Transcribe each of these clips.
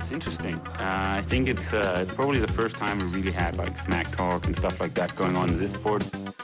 It's interesting. I think it's probably the first time we really had like smack talk and stuff like that going on in this sport.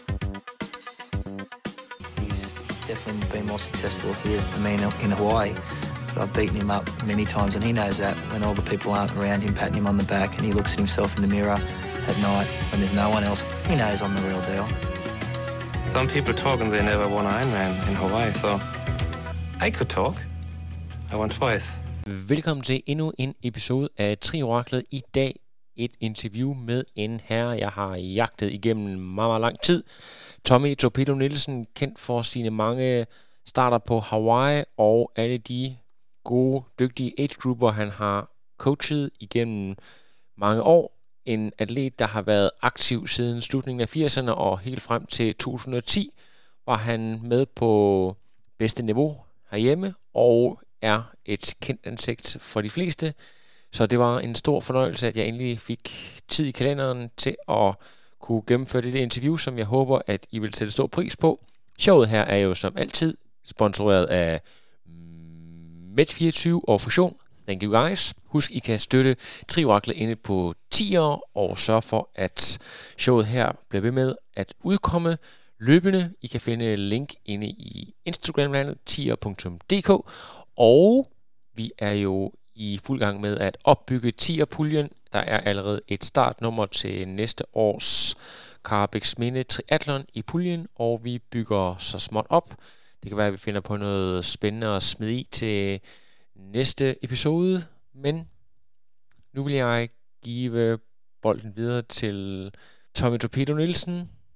He's definitely been more successful here than me in Hawaii. But I've beaten him up many times, and he knows that when all the people aren't around him patting him on the back and he looks at himself in the mirror at night when there's no one else, he knows I'm the real deal. Some people talk and they never won Ironman in Hawaii, so I could talk. I won twice. Velkommen til endnu en episode af Trioraklet. I dag et interview med en herre, jeg har jagtet igennem meget, meget lang tid. Tommy Torpedo Nielsen, kendt for sine mange starter på Hawaii og alle de gode, dygtige age-grupper, han har coachet igennem mange år. En atlet, der har været aktiv siden slutningen af 80'erne og helt frem til 2010, var han med på bedste niveau herhjemme og er et kendt ansigt for de fleste. Så det var en stor fornøjelse, at jeg endelig fik tid i kalenderen til at kunne gennemføre det interview, som jeg håber, at I vil sætte stor pris på. Showet her er jo som altid sponsoreret af Med24 og Fusion. Thank you guys. Husk, I kan støtte Trioraklet inde på 10'er og sørge for, at showet her bliver ved med at udkomme løbende. I kan finde link inde i Instagram-landet 10er.dk. Og vi er jo i fuld gang med at opbygge 10'er-puljen. Der er allerede et startnummer til næste års Karrebæksminde Triathlon i puljen, og vi bygger så småt op. Det kan være, at vi finder på noget spændende at smide i til næste episode, men nu vil jeg give bolden videre til Tommy Torpedo Nielsen.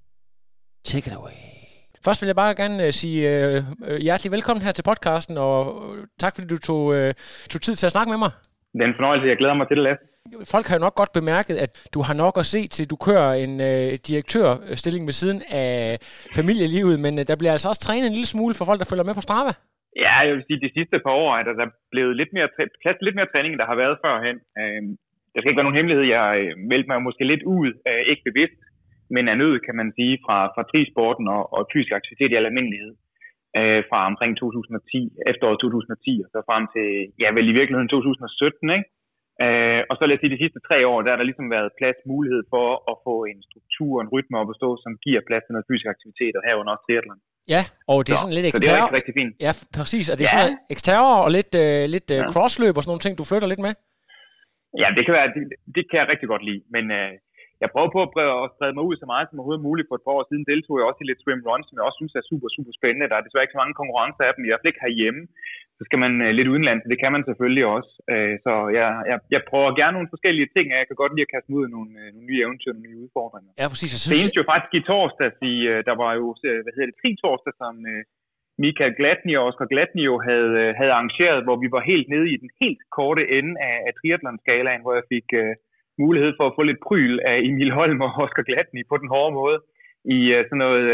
Take it away. Først vil jeg bare gerne sige hjertelig velkommen her til podcasten, og tak fordi du tog tid til at snakke med mig. Det er en fornøjelse, jeg glæder mig til det, Lasse. Folk har jo nok godt bemærket, at du har nok at se til, du kører en direktørstilling ved siden af familielivet, men der bliver altså også trænet en lille smule for folk, der følger med på Strava. Ja, jeg vil sige, de sidste par år er der blevet lidt mere træning, end der har været førhen. Der skal ikke være nogen hemmelighed. Jeg meldte mig måske lidt ud, ikke bevidst, men er nødt, kan man sige, fra trisporten og fysisk aktivitet i al almindelighed. Fra omkring 2010, efteråret 2010, og så frem til, ja, vel i virkeligheden 2017, ikke? Og så lad os sige, de sidste 3 år, der har der ligesom været mulighed for at få en struktur og en rytme op at stå, som giver plads til noget fysisk aktivitet, og herunder også triathlon. Ja, og det er sådan lidt eksterror. Så det er rigtig, rigtig fint. Ja, præcis. Og det er sådan eksterror og lidt crossløb og sådan nogle ting, du flytter lidt med? Ja, det kan være, det kan jeg rigtig godt lide, men jeg prøver på at sprede mig ud så meget som overhovedet muligt. For et par år siden deltog jeg også i lidt swim run, som jeg også synes er super, super spændende. Der er desværre ikke så mange konkurrencer af dem, i hvert fald ikke herhjemme. Så skal man lidt udenlands, det kan man selvfølgelig også. Så jeg prøver gerne nogle forskellige ting, og jeg kan godt lide at kaste mig ud i nogle nye eventyr, nogle nye udfordringer. Ja, præcis. Det eneste jo faktisk i torsdags, der var jo, tri-torsdag, som Mikael Gladney og Oscar Gladney jo havde arrangeret, hvor vi var helt nede i den helt korte ende af triathlon-skalaen, hvor jeg fik mulighed for at få lidt pryl af Emil Holm og Oscar Gladney på den hårde måde i sådan noget,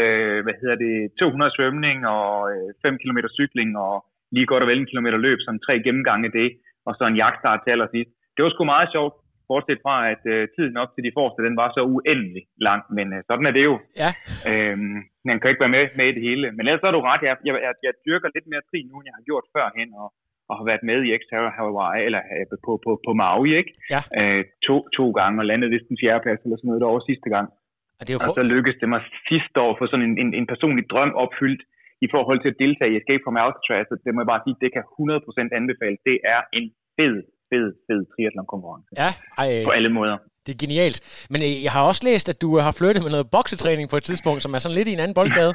200 svømning og 5 km cykling og lige godt og vel 1 kilometer løb, som 3 gennemgange det, og så en jagtstart til allersidst. Det var sgu meget sjovt, bortset fra, at tiden op til de forreste, den var så uendelig lang, men sådan er det jo. Ja. Man kan ikke være med i det hele. Men ellers er du ret, jeg dyrker lidt mere tri nu, end jeg har gjort førhen, og har været med i Xterra Hawaii, eller på Maui, ikke? Ja. 2 gange, og landede vist en 4. plads, eller sådan noget derovre sidste gang. Og så lykkedes det mig sidste år for sådan en personlig drøm opfyldt, i forhold til at deltage i Escape from Alcatraz, så det må jeg bare sige, det kan 100% anbefales. Det er en fed triathlon-konkurrence. Ja, på alle måder. Det er genialt. Men jeg har også læst, at du har flyttet med noget boksetræning på et tidspunkt, som er sådan lidt i en anden boldgade.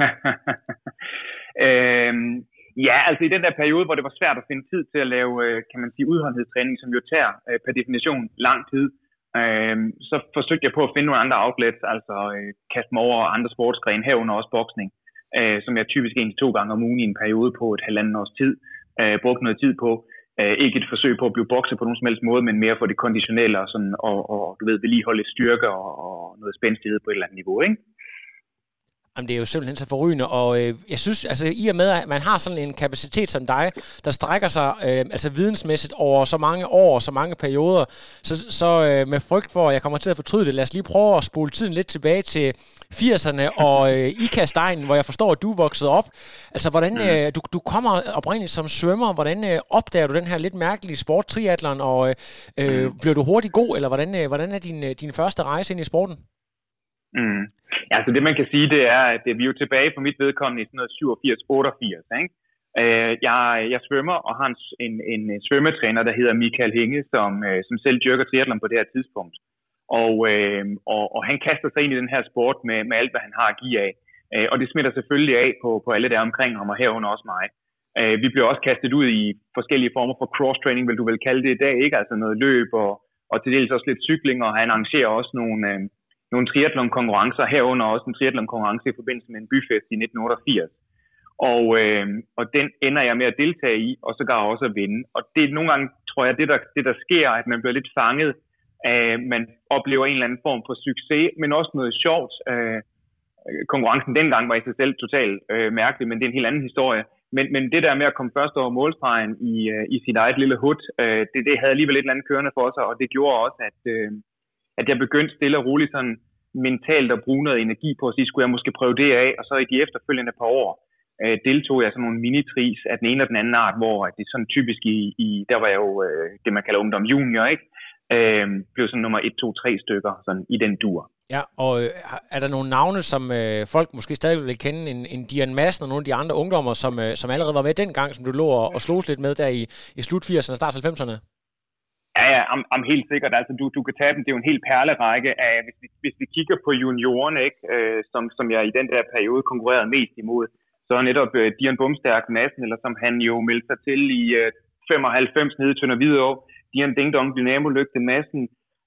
Ja, altså i den der periode, hvor det var svært at finde tid til at lave, kan man sige, udholdenhedstræning, som jo tager per definition lang tid, så forsøgte jeg på at finde nogle andre outlets, altså kaste mig over andre sportsgrene, herunder også boksning, som jeg typisk 1-2 gange om ugen i en periode på et 1,5 års tid, brugte noget tid på. Ikke et forsøg på at blive bokset på nogen som helst måde, men mere for det konditionelle og, sådan, og du ved, vedligeholde styrke og noget spændstighed på et eller andet niveau, ikke? Jamen, det er jo simpelthen så forrygende, og jeg synes, altså i og med, at man har sådan en kapacitet som dig, der strækker sig altså vidensmæssigt over så mange år, så mange perioder, så med frygt for, at jeg kommer til at fortryde det, lad os lige prøve at spole tiden lidt tilbage til 80'erne og IKAST-egnen, hvor jeg forstår, at du er vokset op. Altså, hvordan du kommer oprindeligt som svømmer, hvordan opdager du den her lidt mærkelige sport, triathlon, og bliver du hurtigt god, eller hvordan er din første rejse ind i sporten? Altså det man kan sige, det er, at vi er jo tilbage på mit vedkommende i sådan noget 87-88, ikke? Jeg svømmer og har en svømmetræner, der hedder Michael Hinge, som selv dyrker triathlon på det her tidspunkt. Og han kaster sig ind i den her sport med alt, hvad han har at give af. Og det smitter selvfølgelig af på alle der omkring ham, og herunder også mig. Vi bliver også kastet ud i forskellige former for cross-training, vil du vel kalde det i dag, ikke? Altså noget løb og til dels også lidt cykling, og han arrangerer også nogle triathlon-konkurrencer, herunder også en triathlon-konkurrence i forbindelse med en byfest i 1988. Og den ender jeg med at deltage i, og så gør jeg også at vinde. Og det er nogle gange, tror jeg, det der sker, at man bliver lidt fanget af, man oplever en eller anden form for succes, men også noget sjovt. Konkurrencen dengang var i sig selv totalt mærkelig, men det er en helt anden historie. Men det der med at komme først over målstregen i sit eget lille hud, det havde alligevel et eller andet kørende for sig, og det gjorde også, at jeg begyndte stille og roligt sådan mentalt at bruge noget energi på at sige, skulle jeg måske prøve det af, og så i de efterfølgende par år deltog jeg sådan nogle minitris af den ene og den anden art, hvor det er sådan typisk der var jeg jo det man kalder ungdom junior, ikke? Blev sådan nummer 1, 2, 3 stykker sådan i den dur. Ja, og er der nogle navne, som folk måske stadig vil kende, en Dian Madsen og nogle af de andre ungdommer, som allerede var med dengang, som du lå og slogs lidt med der i slut 80'erne og start 90'erne? Ja, helt sikkert. Altså, du kan tage dem. Det er jo en hel perlerække af, hvis vi kigger på juniorerne, ikke, som jeg i den der periode konkurrerede mest imod, så er netop Dian Bumstærk Madsen, eller som han jo meldte sig til i 95 nede i Tønder Hvidovre, Dian Ding Dong Dynamo Lygte Madsen,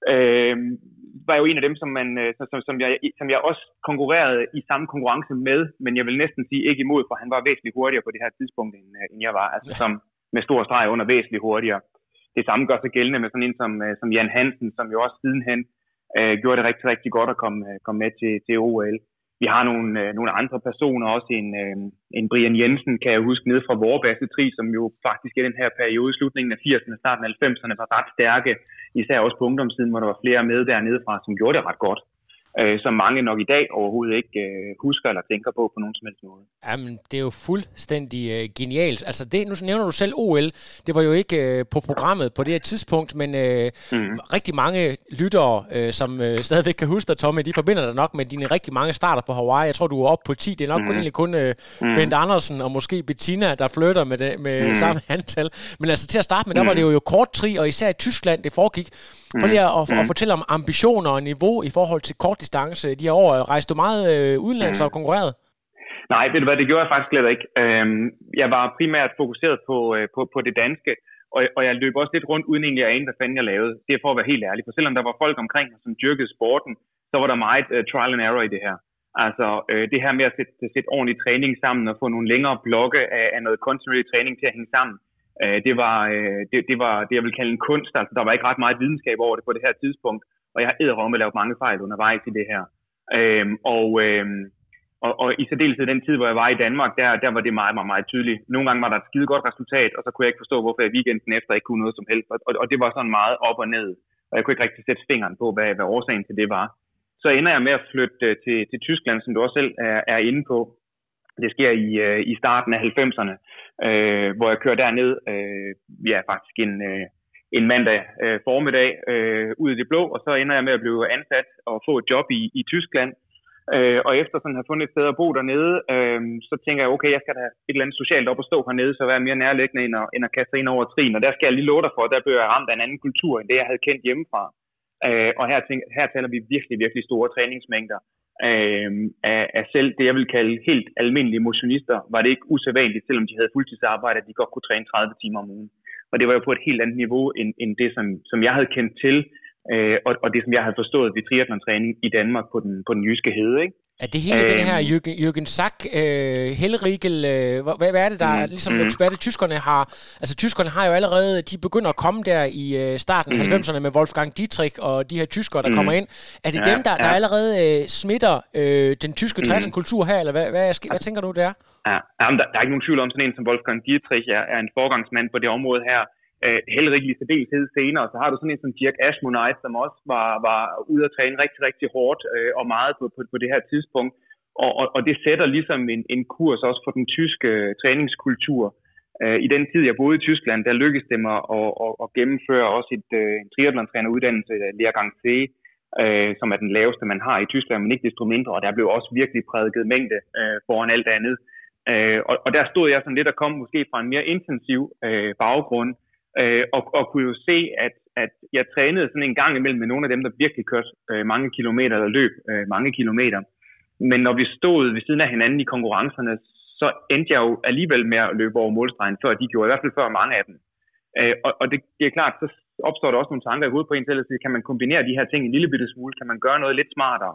var jo en af dem, som jeg også konkurrerede i samme konkurrence med, men jeg vil næsten sige ikke imod, for han var væsentligt hurtigere på det her tidspunkt, end jeg var, altså som med stor streg under væsentligt hurtigere. Det samme gør sig gældende med sådan en som Jan Hansen, som jo også sidenhen gjorde det rigtig, rigtig godt at komme med til OL. Vi har nogle andre personer, også en Brian Jensen, kan jeg huske, nede fra Vorbasse Tri, som jo faktisk i den her periode, slutningen af 80'erne, starten af 90'erne, var ret stærke, især også på ungdomssiden, hvor der var flere med dernede fra, som gjorde det ret godt. Som mange nok i dag overhovedet ikke husker eller tænker på nogen som helst måde. Jamen, det er jo fuldstændig genialt. Altså, nu nævner du selv OL. Det var jo ikke på programmet på det her tidspunkt, men rigtig mange lyttere, som stadigvæk kan huske dig, Tommy, de forbinder dig nok med dine rigtig mange starter på Hawaii. Jeg tror, du er oppe på 10. Det er nok egentlig kun Bent Andersen og måske Bettina, der flytter med samme antal. Men altså, til at starte med, der var det jo kort tri, og især i Tyskland, det foregik. Prøv lige at fortælle om ambitioner og niveau i forhold til kort distance de her år. Rejste du meget udenlands og konkurrerede? Nej, ved du hvad, det gjorde jeg faktisk slet ikke. Jeg var primært fokuseret på det danske, og jeg løb også lidt rundt uden egentlig at ane, hvad fanden jeg lavede. Det er for at være helt ærlig, for selvom der var folk omkring mig, som dyrkede sporten, så var der meget trial and error i det her. Altså det her med at sætte ordentlig træning sammen og få nogle længere blokke af noget kontinuerlig træning til at hænge sammen. Det var det, jeg vil kalde en kunst. Altså, der var ikke ret meget videnskab over det på det her tidspunkt, og jeg har edderrømme lavet mange fejl undervejs i det her. Og i særdeleshed den tid, hvor jeg var i Danmark, der var det meget, meget, meget tydeligt. Nogle gange var der et skide godt resultat, og så kunne jeg ikke forstå, hvorfor jeg weekenden efter ikke kunne noget som helst. Og det var sådan meget op og ned, og jeg kunne ikke rigtig sætte fingeren på, hvad årsagen til det var. Så ender jeg med at flytte til Tyskland, som du også selv er inde på. Det sker i starten af 90'erne, hvor jeg kører derned, faktisk en mandag formiddag ud i det blå, og så ender jeg med at blive ansat og få et job i Tyskland. Og efter sådan at have fundet et sted at bo dernede, så tænker jeg, okay, jeg skal da have et eller andet socialt op at stå hernede, så være mere nærliggende end at kaste ind over trin. Og der skal jeg lige love dig for, der blev jeg ramt af en anden kultur, end det jeg havde kendt hjemmefra. Og her taler vi virkelig, virkelig store træningsmængder. Af selv det, jeg vil kalde helt almindelige motionister, var det ikke usædvanligt, selvom de havde fuldtidsarbejde, at de godt kunne træne 30 timer om ugen. Og det var jo på et helt andet niveau, end det, som jeg havde kendt til, og det, som jeg havde forstået ved triathlon-træning i Danmark på den jyske hede, ikke? Er det hele den her Jürgen Sack, Hellriegel, hvad er det, der ligesom, hvad er det tyskerne har, altså tyskerne har jo allerede, de begynder at komme der i starten af 90'erne med Wolfgang Dietrich og de her tyskere, der kommer ind. Er det dem, der allerede smitter den tyske triathlon-kultur her, eller hvad tænker du der? Ja, der er ikke nogen tvivl om, sådan en som Wolfgang Dietrich er en forgangsmand på det område her. Hellriegel i særdeleshed senere, så har du sådan en som Dirk Aschmonite, som også var ude at træne rigtig, rigtig hårdt og meget på det her tidspunkt. Og det sætter ligesom en kurs også for den tyske træningskultur. I den tid, jeg boede i Tyskland, der lykkedes det mig at gennemføre også en triathlon-træneruddannelse, Lehrgang C, som er den laveste, man har i Tyskland, men ikke desto mindre. Og der blev også virkelig prædiket mængde foran alt andet. Og der stod jeg sådan lidt og kom måske fra en mere intensiv baggrund, og kunne jo se, at jeg trænede sådan en gang imellem med nogle af dem, der virkelig kørte mange kilometer, eller løb mange kilometer. Men når vi stod ved siden af hinanden i konkurrencerne, så endte jeg jo alligevel med at løbe over målstregen, før de gjorde, i hvert fald før mange af dem. Og det er klart, så opstår der også nogle tanker i hovedet på en selv, så kan man kombinere de her ting en lille bitte smule, kan man gøre noget lidt smartere.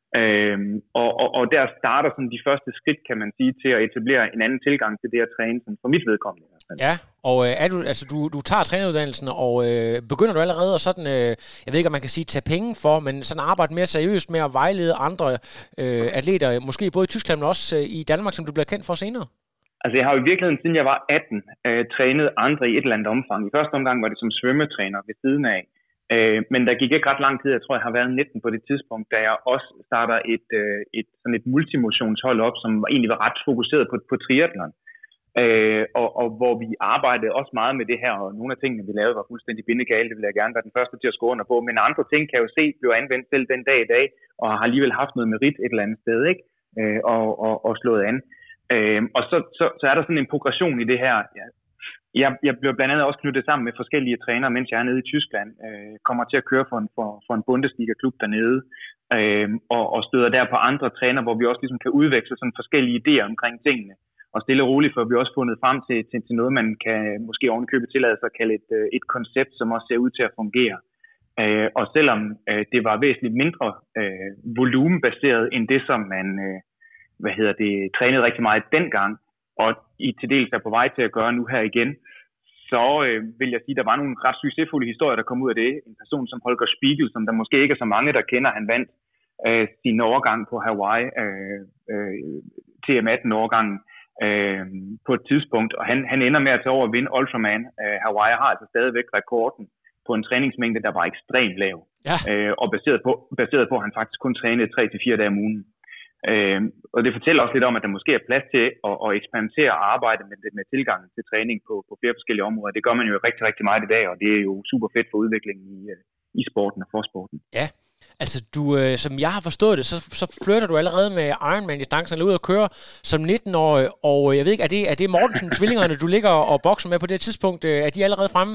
Og der starter sådan de første skridt, kan man sige, til at etablere en anden tilgang til det at træne, sådan for mit vedkommende. Ja, og du tager træneruddannelsen, og begynder du allerede at sådan, jeg ved ikke, om man kan sige tage penge for, men sådan arbejde mere seriøst med at vejlede andre atleter, måske både i Tyskland, men også i Danmark, som du bliver kendt for senere? Altså jeg har jo i virkeligheden, siden jeg var 18, trænet andre i et eller andet omfang. I første omgang var det som svømmetræner ved siden af. Men der gik ikke ret lang tid, jeg tror, jeg har været 19 på det tidspunkt, da jeg også starter sådan et multimotionshold op, som egentlig var ret fokuseret på triathlon. Og hvor vi arbejdede også meget med det her, og nogle af tingene, vi lavede, var fuldstændig bindegale. Det vil jeg gerne være den første til at skrive under på. Men andre ting kan jeg jo se, bliver anvendt selv den dag i dag, og har alligevel haft noget merit et eller andet sted, ikke? Og slået an. Og så er der sådan en progression i det her. Jeg bliver blandt andet også knyttet sammen med forskellige trænere, mens jeg er nede i Tyskland. Kommer til at køre for en Bundesliga-klub dernede, og støder der på andre trænere, hvor vi også ligesom kan udveksle sådan forskellige idéer omkring tingene. Og stille og roligt, for vi også fundet frem til noget, man kan måske ovenikøbet tillade sig at kalde et koncept, som også ser ud til at fungere. Og selvom det var væsentligt mindre volumenbaseret end det, som man trænede rigtig meget dengang, og i til dels er på vej til at gøre nu her igen, så vil jeg sige, at der var nogle ret succesfulde historier, der kom ud af det. En person som Holger Spiegel, som der måske ikke er så mange, der kender, han vandt sin overgang på Hawaii, TM18-overgangen, på et tidspunkt, og han ender med at tage over og vinde Ultraman. Hawaii har altså stadigvæk rekorden på en træningsmængde, der var ekstremt lav, og baseret på, at han faktisk kun trænede 3-4 dage om ugen. Og det fortæller også lidt om, at der måske er plads til at eksperimentere og arbejde med tilgangen til træning på flere forskellige områder. Det gør man jo rigtig, rigtig meget i dag, og det er jo super fedt for udviklingen i sporten og for sporten. Ja, altså du, som jeg har forstået det, så flytter du allerede med Ironman-distancen eller ud at køre som 19-årig, og jeg ved ikke, er det Mortensen-tvillingerne, du ligger og bokser med på det tidspunkt? Er de allerede fremme?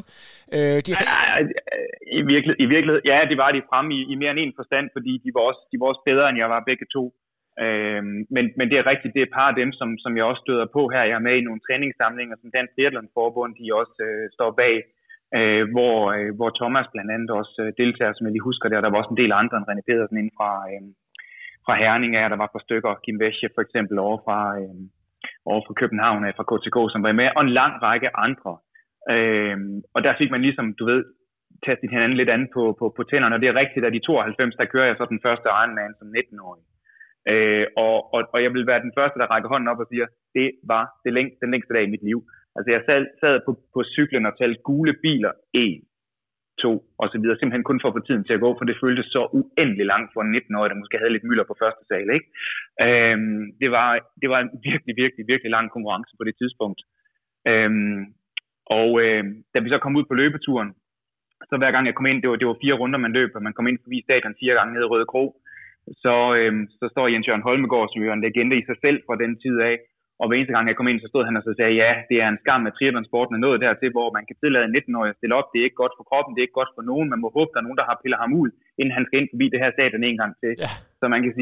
I virkelighed, ja, det var de fremme i mere end en forstand, fordi de var også bedre, end jeg var begge to. Men det er rigtigt, det er et par af dem, som jeg også støder på her. Jeg er med i nogle træningssamlinger, som Dansk Triathlon Forbund, de også står bag, hvor Thomas blandt andet også deltager, som jeg lige husker det, og der var også en del andre end René Pedersen inden fra Herning af, der var et par stykker, Kim Wäsche for eksempel over fra København fra KTK, som var med, og en lang række andre. Og der fik man ligesom, du ved, tastet hinanden lidt an på tænderne, og det er rigtigt, at i 92, der kører jeg så den første Ironman som 19-årig. Og jeg vil være den første, der rækker hånden op og siger, det var den længste dag i mit liv. Altså jeg sad på cyklen og talte gule biler, 1, 2 og så videre, simpelthen kun for at få tiden til at gå, for det føltes så uendelig langt for en 19-årig, der måske havde lidt mylder på første sal, ikke? Det var en virkelig, virkelig, virkelig lang konkurrence på det tidspunkt. Da vi så kom ud på løbeturen, så hver gang jeg kom ind, det var 4 runder, man løb, og man kom ind forbi stadion 4 gange ned i Røde Kro, så står Jens Jørgen Holmegård, som jo er en legende i sig selv fra den tid af, og hver eneste gang jeg kom ind, så stod han og så sagde, ja, det er en skam, at triathlonsporten er nået dertil, hvor man kan tillade en 19-årig at stille op, det er ikke godt for kroppen, det er ikke godt for nogen, man må håbe, der er nogen, der har pillet ham ud, inden han skal ind forbi det her stadion en gang til. Ja. Så man kan sige,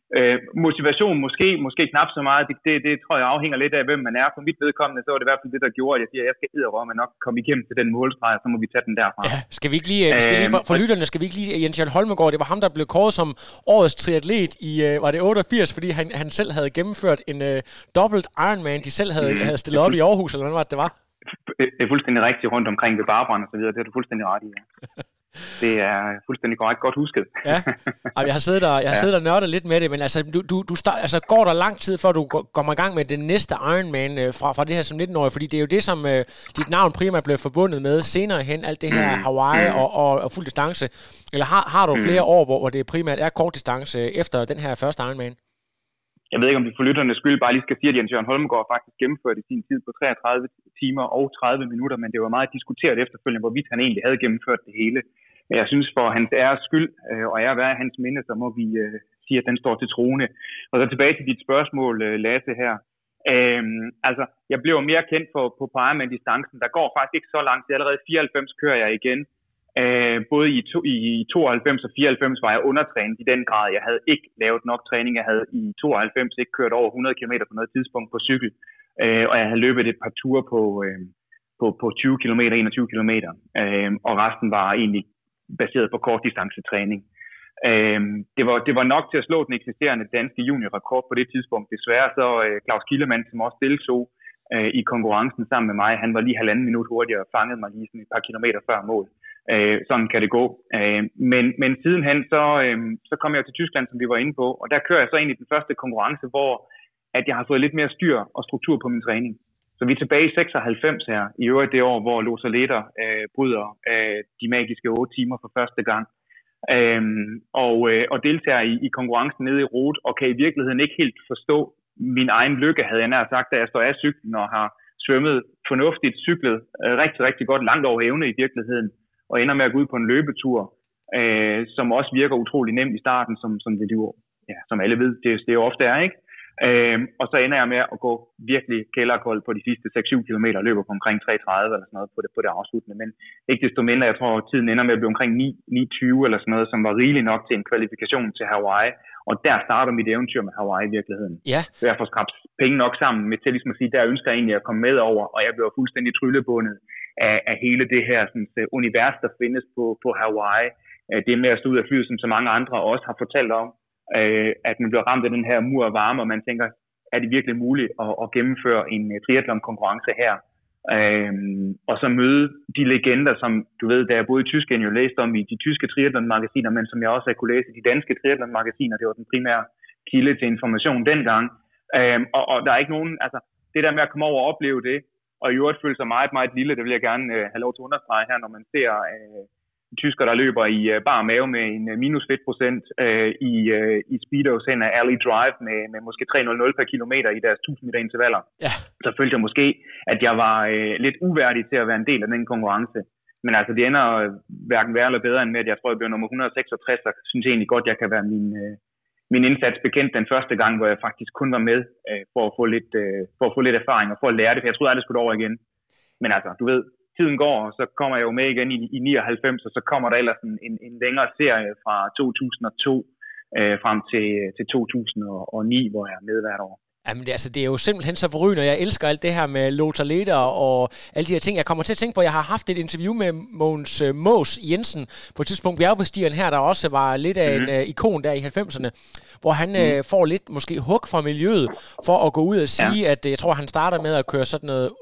Motivation måske knap så meget. Det tror jeg afhænger lidt af, hvem man er. For mit vedkommende, så var det i hvert fald det, der gjorde, at jeg siger, at jeg skal edderrømme nok komme igennem til den målstreg, så må vi tage den derfra. Ja, skal vi ikke lige, for lytterne, skal vi ikke lige, Jens Jørgen Holmegaard, det var ham, der blev kåret som årets triatlet i, var det 88, fordi han selv havde gennemført en dobbelt Ironman, de selv havde stillet op i Aarhus, eller hvad var det var? Det er fuldstændig rigtigt rundt omkring ved Barbrand og så videre, det er du fuldstændig ret i, ja. Det er fuldstændig korrekt, godt husket. Ja, jeg har siddet der og nørdet lidt med det, men altså, altså går der lang tid, før du kommer i gang med den næste Ironman fra det her som 19-årig, fordi det er jo det, som dit navn primært blev forbundet med senere hen, alt det her Hawaii og fuld distance. Eller har du flere år, hvor det primært er kort distance efter den her første Ironman? Jeg ved ikke, om vi for lytternes skyld bare lige skal sige, at Jens Jørgen Holmegaard faktisk gennemførte i sin tid på 33 timer og 30 minutter, men det var meget diskuteret efterfølgende, hvorvidt han egentlig havde gennemført det hele. Men jeg synes, for hans æres skyld, og ære være hans minde, så må vi sige, at den står til troende. Og så tilbage til dit spørgsmål, Lasse, her. Altså, jeg blev mere kendt på Ironman-distancen. Der går faktisk ikke så langt. Allerede 94 kører jeg igen. Både i 92 og 94 var jeg undertrænet i den grad. Jeg havde ikke lavet nok træning. Jeg havde i 92 ikke kørt over 100 km på noget tidspunkt på cykel. Og jeg havde løbet et par ture på 20 km, 21 km. Og resten var egentlig baseret på kortdistancetræning. Det var nok til at slå den eksisterende danske juniorrekord på det tidspunkt. Desværre så Claus Killemann, som også deltog i konkurrencen sammen med mig, han var lige 1,5 minut hurtigere og fangede mig lige sådan et par kilometer før mål. Sådan kan det gå. Men sidenhen så kom jeg til Tyskland, som vi var inde på, og der kører jeg så ind i den første konkurrence, hvor at jeg har fået lidt mere styr og struktur på min træning. Så vi er tilbage i 96 her, i øvrigt det år, hvor Lothar Leder bryder de magiske 8 timer for første gang. Og deltager i konkurrencen nede i Roth, og kan i virkeligheden ikke helt forstå min egen lykke, havde jeg nær sagt, da jeg står af cyklen og har svømmet fornuftigt, cyklet rigtig, rigtig godt, langt over evne i virkeligheden, og ender med at gå ud på en løbetur, som også virker utrolig nemt i starten, som alle ved, det jo ofte er, ikke? Og så ender jeg med at gå virkelig kælderkold på de sidste 6-7 km, løber på omkring 3.30 eller sådan noget på det afsluttende, men ikke desto mindre, jeg tror, tiden ender med at blive omkring 9.20 eller sådan noget, som var rigeligt nok til en kvalifikation til Hawaii, og der starter mit eventyr med Hawaii i virkeligheden. Ja. Så jeg får skrabt penge nok sammen med til ligesom at sige, der ønsker jeg egentlig at komme med over, og jeg bliver fuldstændig tryllebundet af hele det her sådan, univers, der findes på Hawaii. Det med at stå ud af flyet, som så mange andre også har fortalt om, at man bliver ramt af den her mur af varme, og man tænker, er det virkelig muligt at gennemføre en triathlon-konkurrence her? Og så møde de legender, som du ved, da jeg boede i Tyskland, jo læste om i de tyske triathlon-magasiner, men som jeg også har kunne læse i de danske triathlon-magasiner, det var den primære kilde til information dengang. Og der er ikke nogen, altså det der med at komme over og opleve det, og i øvrigt føle sig meget, meget lille, det vil jeg gerne have lov til at understrege her, når man ser tyskere, der løber i bar mave med en minus fedtprocent i speedos hen af Alley Drive med måske 3.00 per kilometer i deres 1000 meter intervaller. Ja. Så følte jeg måske, at jeg var lidt uværdig til at være en del af den konkurrence. Men altså, det ender hverken værre eller bedre end med, at jeg tror, jeg blev nummer 166, og synes jeg egentlig godt, jeg kan være min indsats bekendt den første gang, hvor jeg faktisk kun var med for at få lidt erfaring og for at lære det, for jeg troede aldrig skulle over igen. Men altså, du ved, tiden går, og så kommer jeg jo med igen i 99, og så kommer der ellers en længere serie fra 2002 frem til 2009, hvor jeg er med hvert år. Jamen, det er jo simpelthen så forrygende, og jeg elsker alt det her med Lothar Leder og alle de her ting. Jeg kommer til at tænke på, at jeg har haft et interview med Mogens Mås Jensen på et tidspunkt, bjergbestigeren her, der også var lidt af en ikon der i 90'erne, hvor han får lidt måske hug fra miljøet for at gå ud og sige, at jeg tror, han starter med at køre sådan noget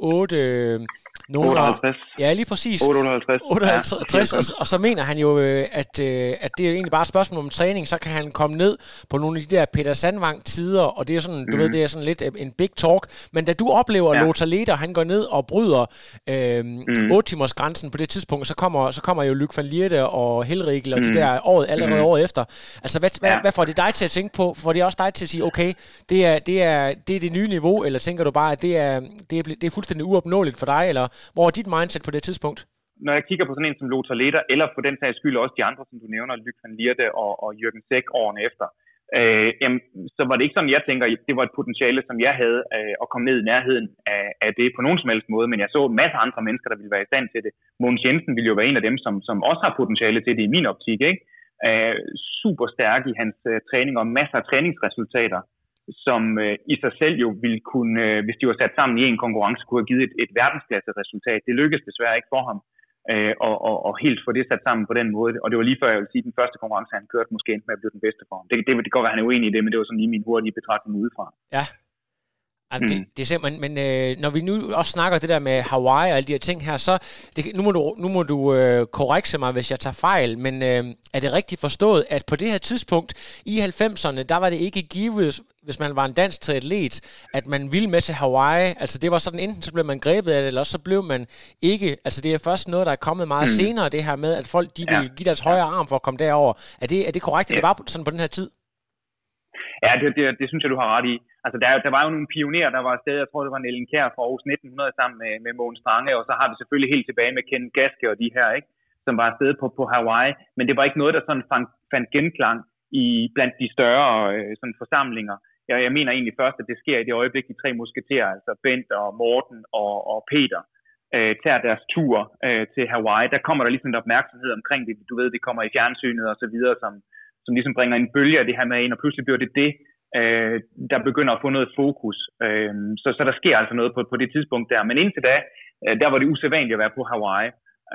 58. Ja, lige præcis. 58. Og så mener han jo, at det er egentlig bare et spørgsmål om træning, så kan han komme ned på nogle af de der Peter Sandvang-tider, og det er sådan, du ved, det er sådan lidt en big talk. Men da du oplever Lothar Leder, han går ned og bryder 8-timers grænsen på det tidspunkt, så kommer jo Luc van Lierde og Helrigel og de der allerede året efter. Altså, hvad får det dig til at tænke på? Får det også dig til at sige, okay, det er det nye niveau, eller tænker du bare, at det er fuldstændig uopnåeligt for dig, eller hvor er dit mindset på det tidspunkt? Når jeg kigger på sådan en som Lothar Leder, eller på den sags skyld også de andre, som du nævner, Luc van Lierde og Jürgen Sæk årene efter, så var det ikke sådan, jeg tænker, det var et potentiale, som jeg havde at komme ned i nærheden af det på nogen som helst måde, men jeg så en masse andre mennesker, der ville være i stand til det. Mogens Jensen ville jo være en af dem, som også har potentiale til det i min optik, ikke? super stærk i hans træning og masser af træningsresultater, som i sig selv jo ville kunne, hvis de var sat sammen i en konkurrence, kunne have givet et verdensklasse-resultat. Det lykkedes desværre ikke for ham og helt få det sat sammen på den måde. Og det var lige før, jeg vil sige, den første konkurrence, han kørte, måske endte med at blive den bedste for ham. Det kan godt være, han er uenig i det, men det var sådan lige min hurtige betragtning udefra. Ja. Jamen, det er simpelthen, men når vi nu også snakker det der med Hawaii og alle de her ting her, så nu må du korrekse mig, hvis jeg tager fejl, men er det rigtigt forstået, at på det her tidspunkt i 90'erne, der var det ikke givet, hvis man var en dansk triatlet, at man ville med til Hawaii? Altså det var sådan, enten så blev man grebet af det, eller så blev man ikke. Altså det er først noget, der er kommet meget senere, det her med, at folk de vil give deres højre arm for at komme derover. Er det korrekt, at det var sådan på den her tid? Ja, det synes jeg, du har ret i. Altså, der var jo nogle pionerer, der var afsted. Jeg tror, det var Ellen Kjær fra Aarhus 1900 sammen med Mogens Strange, og så har vi selvfølgelig helt tilbage med Ken Gaske og de her, ikke, som var afsted på Hawaii. Men det var ikke noget, der sådan fandt genklang blandt de større sådan forsamlinger. Jeg mener egentlig først, at det sker i det øjeblik, de tre musketerer, altså Bent og Morten og Peter, tager deres tur til Hawaii. Der kommer der ligesom en opmærksomhed omkring det. Du ved, det kommer i fjernsynet og så videre, som ligesom bringer en bølge af det her med ind, og pludselig bliver det der begynder at få noget fokus. Så der sker altså noget på det tidspunkt der. Men indtil da, der var det usædvanligt at være på Hawaii.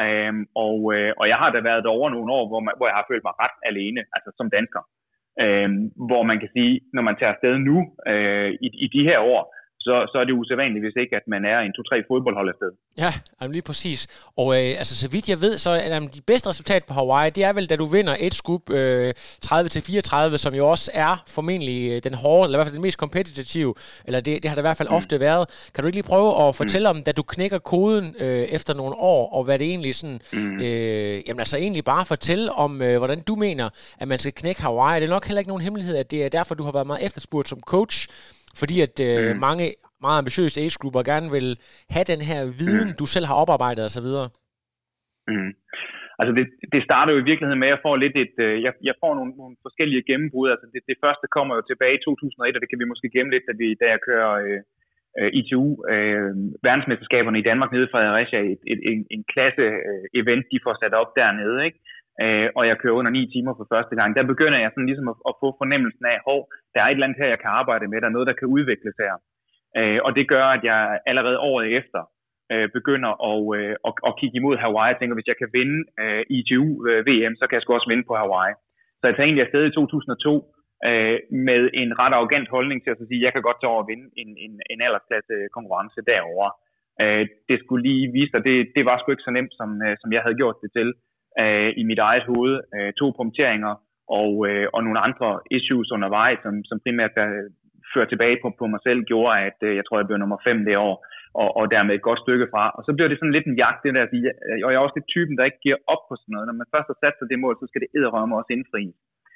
Og jeg har da været derovre nogle år, hvor jeg har følt mig ret alene, altså som dansker. Hvor man kan sige, når man tager afsted nu, i de her år, så er det usædvanligt, hvis ikke, at man er en 2-3 fodboldhold afsted. Ja, lige præcis. Og altså, så vidt jeg ved, så er de bedste resultat på Hawaii, det er vel, da du vinder et scoop 30-34, som jo også er formentlig den hårde, eller i hvert fald den mest kompetitive, eller det har der i hvert fald ofte været. Kan du ikke lige prøve at fortælle om, da du knækker koden efter nogle år, og hvad det egentlig sådan, jamen altså egentlig bare fortælle om, hvordan du mener, at man skal knække Hawaii. Det er nok heller ikke nogen hemmelighed, at det er derfor, du har været meget efterspurgt som coach, fordi at mange meget ambitiøse age-grupper gerne vil have den her viden, du selv har oparbejdet osv. Altså det starter jo i virkeligheden med, at jeg får lidt jeg får nogle forskellige gennembrud. Altså det første kommer jo tilbage i 2001, og det kan vi måske gemme lidt, da jeg kører ITU, verdensmesterskaberne i Danmark nede i Fredericia, en klasse event, de får sat op dernede, ikke? Og jeg kører under 9 timer for første gang. Der begynder jeg sådan ligesom at få fornemmelsen af, der er et eller andet her, jeg kan arbejde med, der er noget, der kan udvikles her. Og det gør, at jeg allerede året efter begynder at kigge imod Hawaii. Jeg tænker, hvis jeg kan vinde ITU VM, så kan jeg sgu også vinde på Hawaii. Så jeg tager egentlig afsted i 2002 med en ret arrogant holdning til at sige, at jeg kan godt tage over og vinde en aldersklasse konkurrence derovre. Det skulle lige vise sig, det var sgu ikke så nemt, som jeg havde gjort det til. I mit eget hoved, 2 punkteringer og nogle andre issues undervejs, som primært fører tilbage på mig selv, gjorde, at jeg tror, jeg blev nummer 5 det år, og dermed et godt stykke fra. Og så bliver det sådan lidt en jagt, det der at sige, og jeg er også lidt typen, der ikke giver op på sådan noget. Når man først har sat sig det mål, så skal det edderrømme også indfries.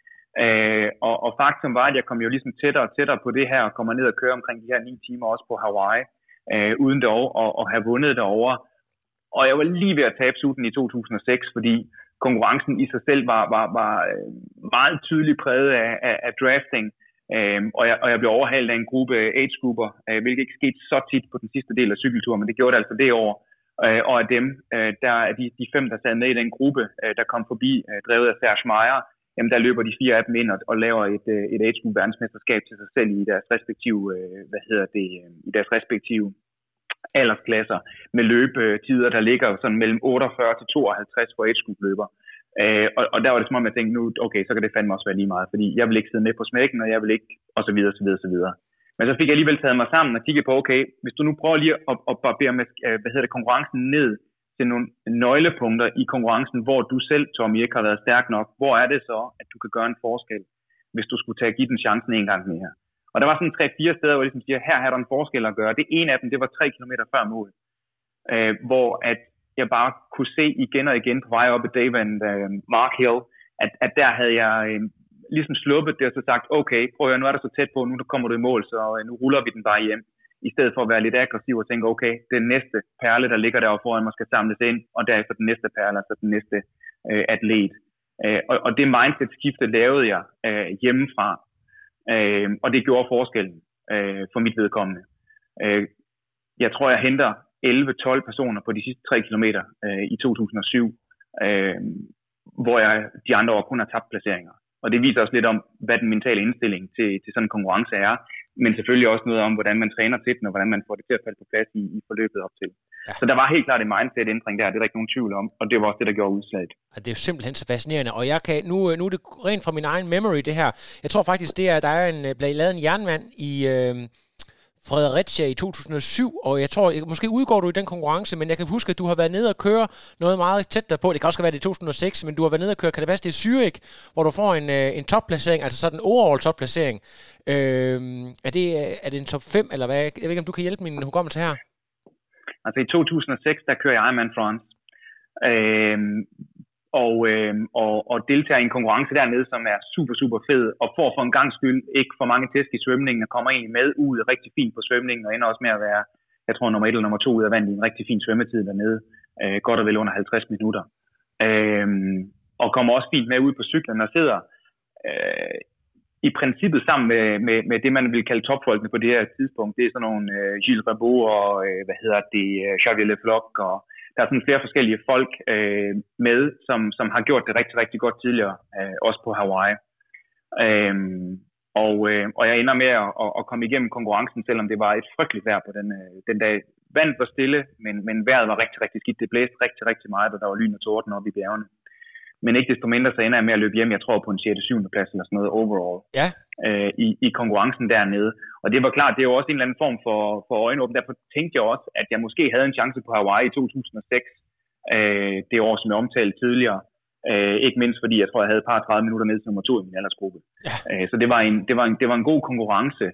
Og faktum var, at jeg kom jo ligesom tættere og tættere på det her, og kommer ned og kører omkring de her 9 timer også på Hawaii, uden dog at have vundet derovre. Og jeg var lige ved at tabe sutten i 2006, fordi konkurrencen i sig selv var meget tydeligt præget af drafting. Og jeg blev overhalet af en gruppe age-grupper, hvilket ikke skete så tit på den sidste del af cykelturen, men det gjorde det altså det år. Og af dem, der er de 5, der sad med i den gruppe, der kom forbi, drevet af Serge Meyer, jamen der løber de 4 af dem ind og laver et age-group verdensmesterskab til sig selv i deres respektive, i deres respektive aldersklasser med løbetider, der ligger sådan mellem 48 til 52 for age-group-løber. Og der var det som om, jeg tænkte, nu, okay, så kan det fandme også være lige meget, fordi jeg vil ikke sidde med på smækken, og jeg vil ikke, og så videre, så videre, så videre. Men så fik jeg alligevel taget mig sammen og kigget på, okay, hvis du nu prøver lige at barbere med, konkurrencen ned til nogle nøglepunkter i konkurrencen, hvor du selv, Tommy, ikke har været stærk nok, hvor er det så, at du kan gøre en forskel, hvis du skulle give den chancen en gang mere? Og der var sådan 3-4 steder, hvor jeg ligesom siger, her er der en forskel at gøre. Det ene af dem, det var 3 kilometer før mål, hvor at jeg bare kunne se igen og igen på vej op ad Dave and Mark Hill, at der havde jeg ligesom sluppet det og så sagt, okay, prøv at nu er der så tæt på, nu kommer du i mål, så nu ruller vi den bare hjem. I stedet for at være lidt aggressiv og tænke, okay, den næste perle, der ligger derovre foran mig, skal samles ind, og derefter den næste perle, altså den næste atlet. Og det mindset-skifte lavede jeg hjemmefra, og det gjorde forskellen for mit vedkommende. Jeg tror, jeg henter 11-12 personer på de sidste 3 kilometer i 2007, hvor jeg de andre år kun har tabt placeringer. Og det viser også lidt om, hvad den mentale indstilling til sådan en konkurrence er, men selvfølgelig også noget om, hvordan man træner til den, og hvordan man får det til at falde på plads i forløbet op til. Ja. Så der var helt klart en mindset-ændring der, det er der ikke nogen tvivl om, og det var også det, der gjorde udslaget. Ja, det er jo simpelthen så fascinerende, og jeg kan, nu er det rent fra min egen memory, det her. Jeg tror faktisk, der er blevet lavet en jernmand i Fredericia i 2007, og jeg tror, måske udgår du i den konkurrence, men jeg kan huske, at du har været nede og køre noget meget tæt derpå. Det kan også være det i 2006, men du har været nede og køre, kan det passe, det er Zürich, hvor du får en topplacering, altså sådan en overall topplacering. Er det en top 5, eller hvad? Jeg ved ikke, om du kan hjælpe min hukommelse her? Altså i 2006, der kører jeg Ironman France. Og deltager i en konkurrence dernede, som er super, super fed, og får for en gangs skyld ikke for mange tæsk i svømningen, og kommer egentlig med ud rigtig fint på svømningen, og ender også med at være, jeg tror, nummer 1 eller nummer 2 ud af vandet i en rigtig fin svømmetid dernede, godt og vel under 50 minutter. Og kommer også fint med ud på cyklen og sidder i princippet sammen med det, man vil kalde topfolkene på det her tidspunkt. Det er sådan nogle Gilles Rabot og, Xavier Lefloc, og der er sådan flere forskellige folk med, som har gjort det rigtig, rigtig godt tidligere, også på Hawaii. Og jeg ender med at komme igennem konkurrencen, selvom det var et frygteligt vejr på den dag. Vandet var stille, men vejret var rigtig, rigtig skidt. Det blæste rigtig, rigtig meget, og der var lyn og torden oppe i bjergene. Men ikke desto mindre, så ender jeg med at løbe hjem, jeg tror på en 6. 7. plads eller sådan noget overall, ja. I konkurrencen dernede. Og det var klart, det er jo også en eller anden form for øjenåben. Derfor tænkte jeg også, at jeg måske havde en chance på Hawaii i 2006, det år, som jeg omtalte tidligere. Ikke mindst fordi, jeg tror, jeg havde et par 30 minutter ned til nummer 2 i min aldersgruppe. Ja. Så det var en god konkurrence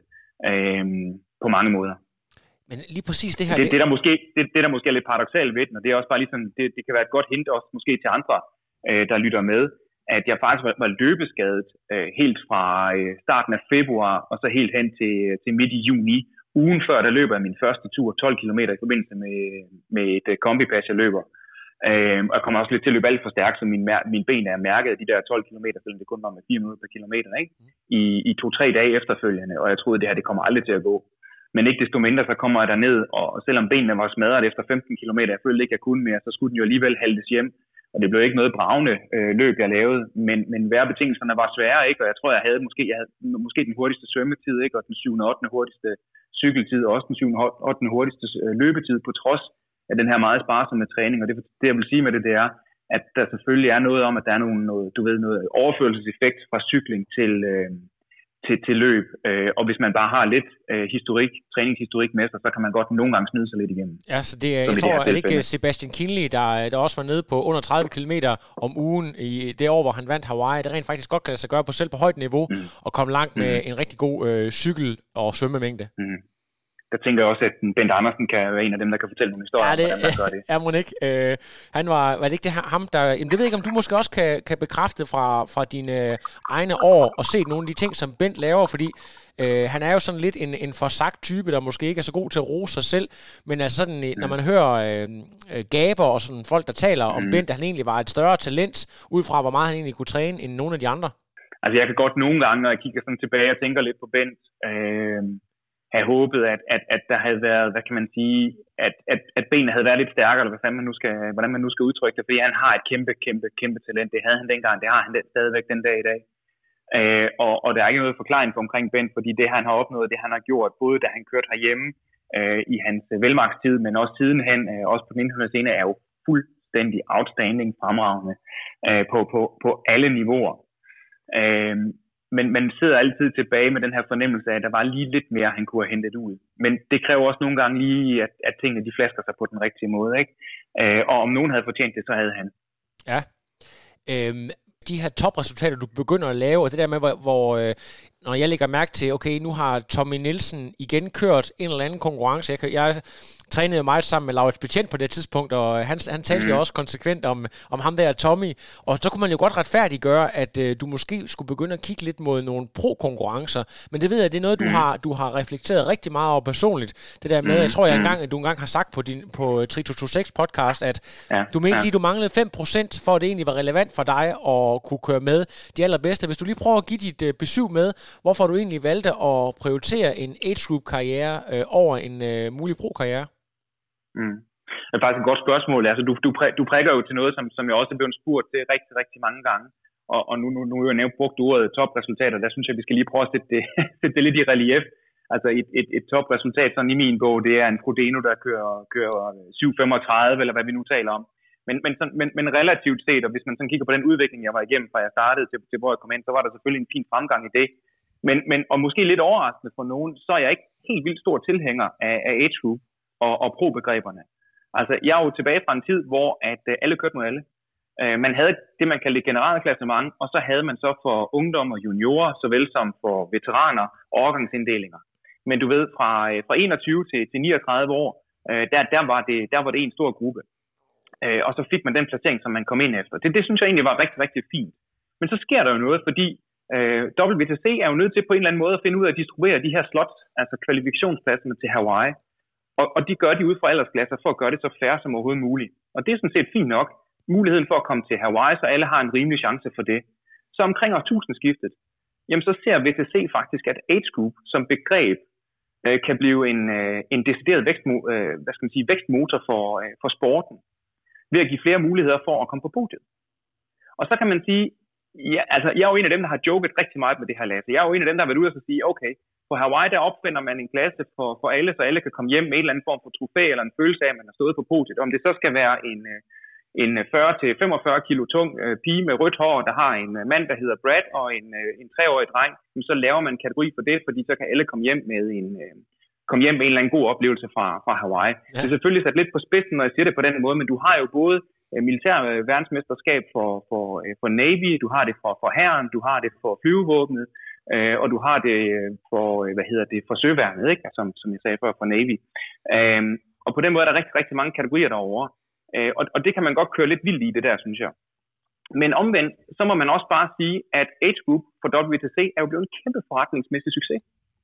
på mange måder. Men lige præcis det her... Det der måske er lidt paradoksalt ved den, og det er også bare ligesom, det kan være et godt hint også måske til andre, der lytter med, at jeg faktisk var løbeskadet helt fra starten af februar og så helt hen til midt i juni. Ugen før, der løber jeg min første tur, 12 km i forbindelse med et kombipas, jeg løber. Og jeg kommer også lidt til at løbe alt for stærkt, så mine ben er mærket af de der 12 km, selvom det kun var med 4 minutter per kilometer, ikke? I 2-3 dage efterfølgende, og jeg troede, det kommer aldrig til at gå. Men ikke desto mindre, så kommer jeg derned, og selvom benene var smadret efter 15 km, jeg følte ikke, jeg kunne mere, så skulle den jo alligevel haltes hjem. Og det blev ikke noget bravende løb, jeg lavede, men vejrbetingelserne var svære, ikke? Og jeg tror, jeg havde måske den hurtigste svømmetid, ikke? Og den 7. og 8. hurtigste cykeltid, og også den 7. og 8. hurtigste løbetid, på trods af den her meget sparsomme træning. Og det jeg vil sige med det er, at der selvfølgelig er noget om, at der er noget overførelseseffekt fra cykling til løb, og hvis man bare har lidt træningshistorik med sig, så kan man godt nogle gange snyde sig lidt igennem. Ja, så jeg tror, at ikke Sebastian Kienle, der også var nede på under 30 km om ugen i det år, hvor han vandt Hawaii, det rent faktisk godt kan lade sig gøre på selv på højt niveau, og komme langt med en rigtig god cykel- og svømmemængde. Der tænker jeg også, at Bent Andersen kan være en af dem, der kan fortælle nogle historier om, hvordan man gør det. Ja, må ikke. Han var det ikke det ham, der... Jamen, det ved jeg ikke, om du måske også kan bekræfte fra dine egne år og set nogle af de ting, som Bent laver, fordi han er jo sådan lidt en forsagt type, der måske ikke er så god til at rose sig selv, men altså sådan, når man hører gaber og sådan folk, der taler om Bent, at han egentlig var et større talent, ud fra hvor meget han egentlig kunne træne end nogle af de andre. Altså, jeg kan godt nogle gange, når jeg kigger sådan tilbage og tænker lidt på Bent, have håbet, at der havde været, hvad kan man sige, at benene havde været lidt stærkere, eller hvordan man nu skal udtrykke det, fordi han har et kæmpe talent. Det havde han dengang, det har han stadigvæk den dag i dag. Og der er ikke noget forklaring på omkring Bent, fordi det han har opnået, det han har gjort, både da han kørte herhjemme i hans velmagtstid, men også sidenhen, også på den internationale scene, er jo fuldstændig outstanding, fremragende på alle niveauer. Men man sidder altid tilbage med den her fornemmelse af, at der var lige lidt mere, han kunne have hentet ud. Men det kræver også nogle gange lige, at tingene de flasker sig på den rigtige måde, ikke? Og om nogen havde fortjent det, så havde han. Ja. De her topresultater, du begynder at lave, og det der med, hvor når jeg lægger mærke til, okay, nu har Tommy Nielsen igen kørt en eller anden konkurrence. Jeg trænede meget sammen med Laurits Betjent på det tidspunkt, og han talte jo også konsekvent om ham der, Tommy. Og så kunne man jo godt retfærdiggøre, at du måske skulle begynde at kigge lidt mod nogle pro-konkurrencer. Men det ved jeg, det er noget, du har reflekteret rigtig meget over personligt. Det der med, jeg tror, du engang har sagt på 3226 podcast, at du mente lige, du manglede 5% for, at det egentlig var relevant for dig at kunne køre med de allerbedste. Hvis du lige prøver at give dit besøg med, hvorfor du egentlig valgte at prioritere en age group karriere over en mulig pro-karriere? Det er faktisk et godt spørgsmål. Altså, du prikker jo til noget, som jeg også er blevet spurgt til rigtig, rigtig mange gange. Og nu er jeg brugt ordet topresultater. Der synes jeg, vi skal lige prøve at sætte det lidt i relief. Altså et topresultat sådan i min bog, det er en Frodeno, der kører 7.35, eller hvad vi nu taler om. Men relativt set, og hvis man sådan kigger på den udvikling, jeg var igennem, fra jeg startede til hvor jeg kom ind, så var der selvfølgelig en fin fremgang i det. Men og måske lidt overraskende for nogen, så er jeg ikke helt vildt stor tilhænger af age group og pro-begreberne. Altså, jeg er jo tilbage fra en tid, hvor at alle kørte mod alle. Man havde det, man kaldte generalklassement, og så havde man så for ungdom og juniorer, såvel som for veteraner og årgangsinddelinger. Men du ved, fra 21 til 39 år, der var det en stor gruppe. Og så fik man den placering, som man kom ind efter. Det synes jeg egentlig var rigtig, rigtig fint. Men så sker der jo noget, fordi WTC er jo nødt til på en eller anden måde at finde ud af at distribuere de her slots, altså kvalifikationspladserne til Hawaii. Og de gør de ud fra aldersklasser for at gøre det så fair som overhovedet muligt. Og det er sådan set fint nok. Muligheden for at komme til Hawaii, så alle har en rimelig chance for det. Så omkring årtusindskiftet, jamen så ser WTC faktisk, at age group som begreb kan blive en decideret vækstmotor for sporten, ved at give flere muligheder for at komme på podiet. Og så kan man sige, ja, altså jeg er jo en af dem, der har joket rigtig meget med det her, Lasse. Jeg er jo en af dem, der har været ude og sige, okay, på Hawaii, der opfinder man en klasse for alle, så alle kan komme hjem med en eller anden form for trofæ, eller en følelse af, at man har stået på podiet. Om det så skal være en 40-45 kilo tung pige med rødt hår, der har en mand, der hedder Brad, og en 3-årig dreng, så laver man en kategori for det, fordi så kan alle komme hjem med en eller anden god oplevelse fra Hawaii. Ja. Det er selvfølgelig sat lidt på spidsen, når jeg siger det på den måde, men du har jo både militær verdensmesterskab for Navy, du har det for hæren, du har det for flyvevåbnet, og du har det for søværnet, ikke? Som jeg sagde før, for Navy. Og på den måde er der rigtig, rigtig mange kategorier derovre. Og det kan man godt køre lidt vildt i det der, synes jeg. Men omvendt, så må man også bare sige, at age group for WTC er jo blevet en kæmpe forretningsmæssig succes.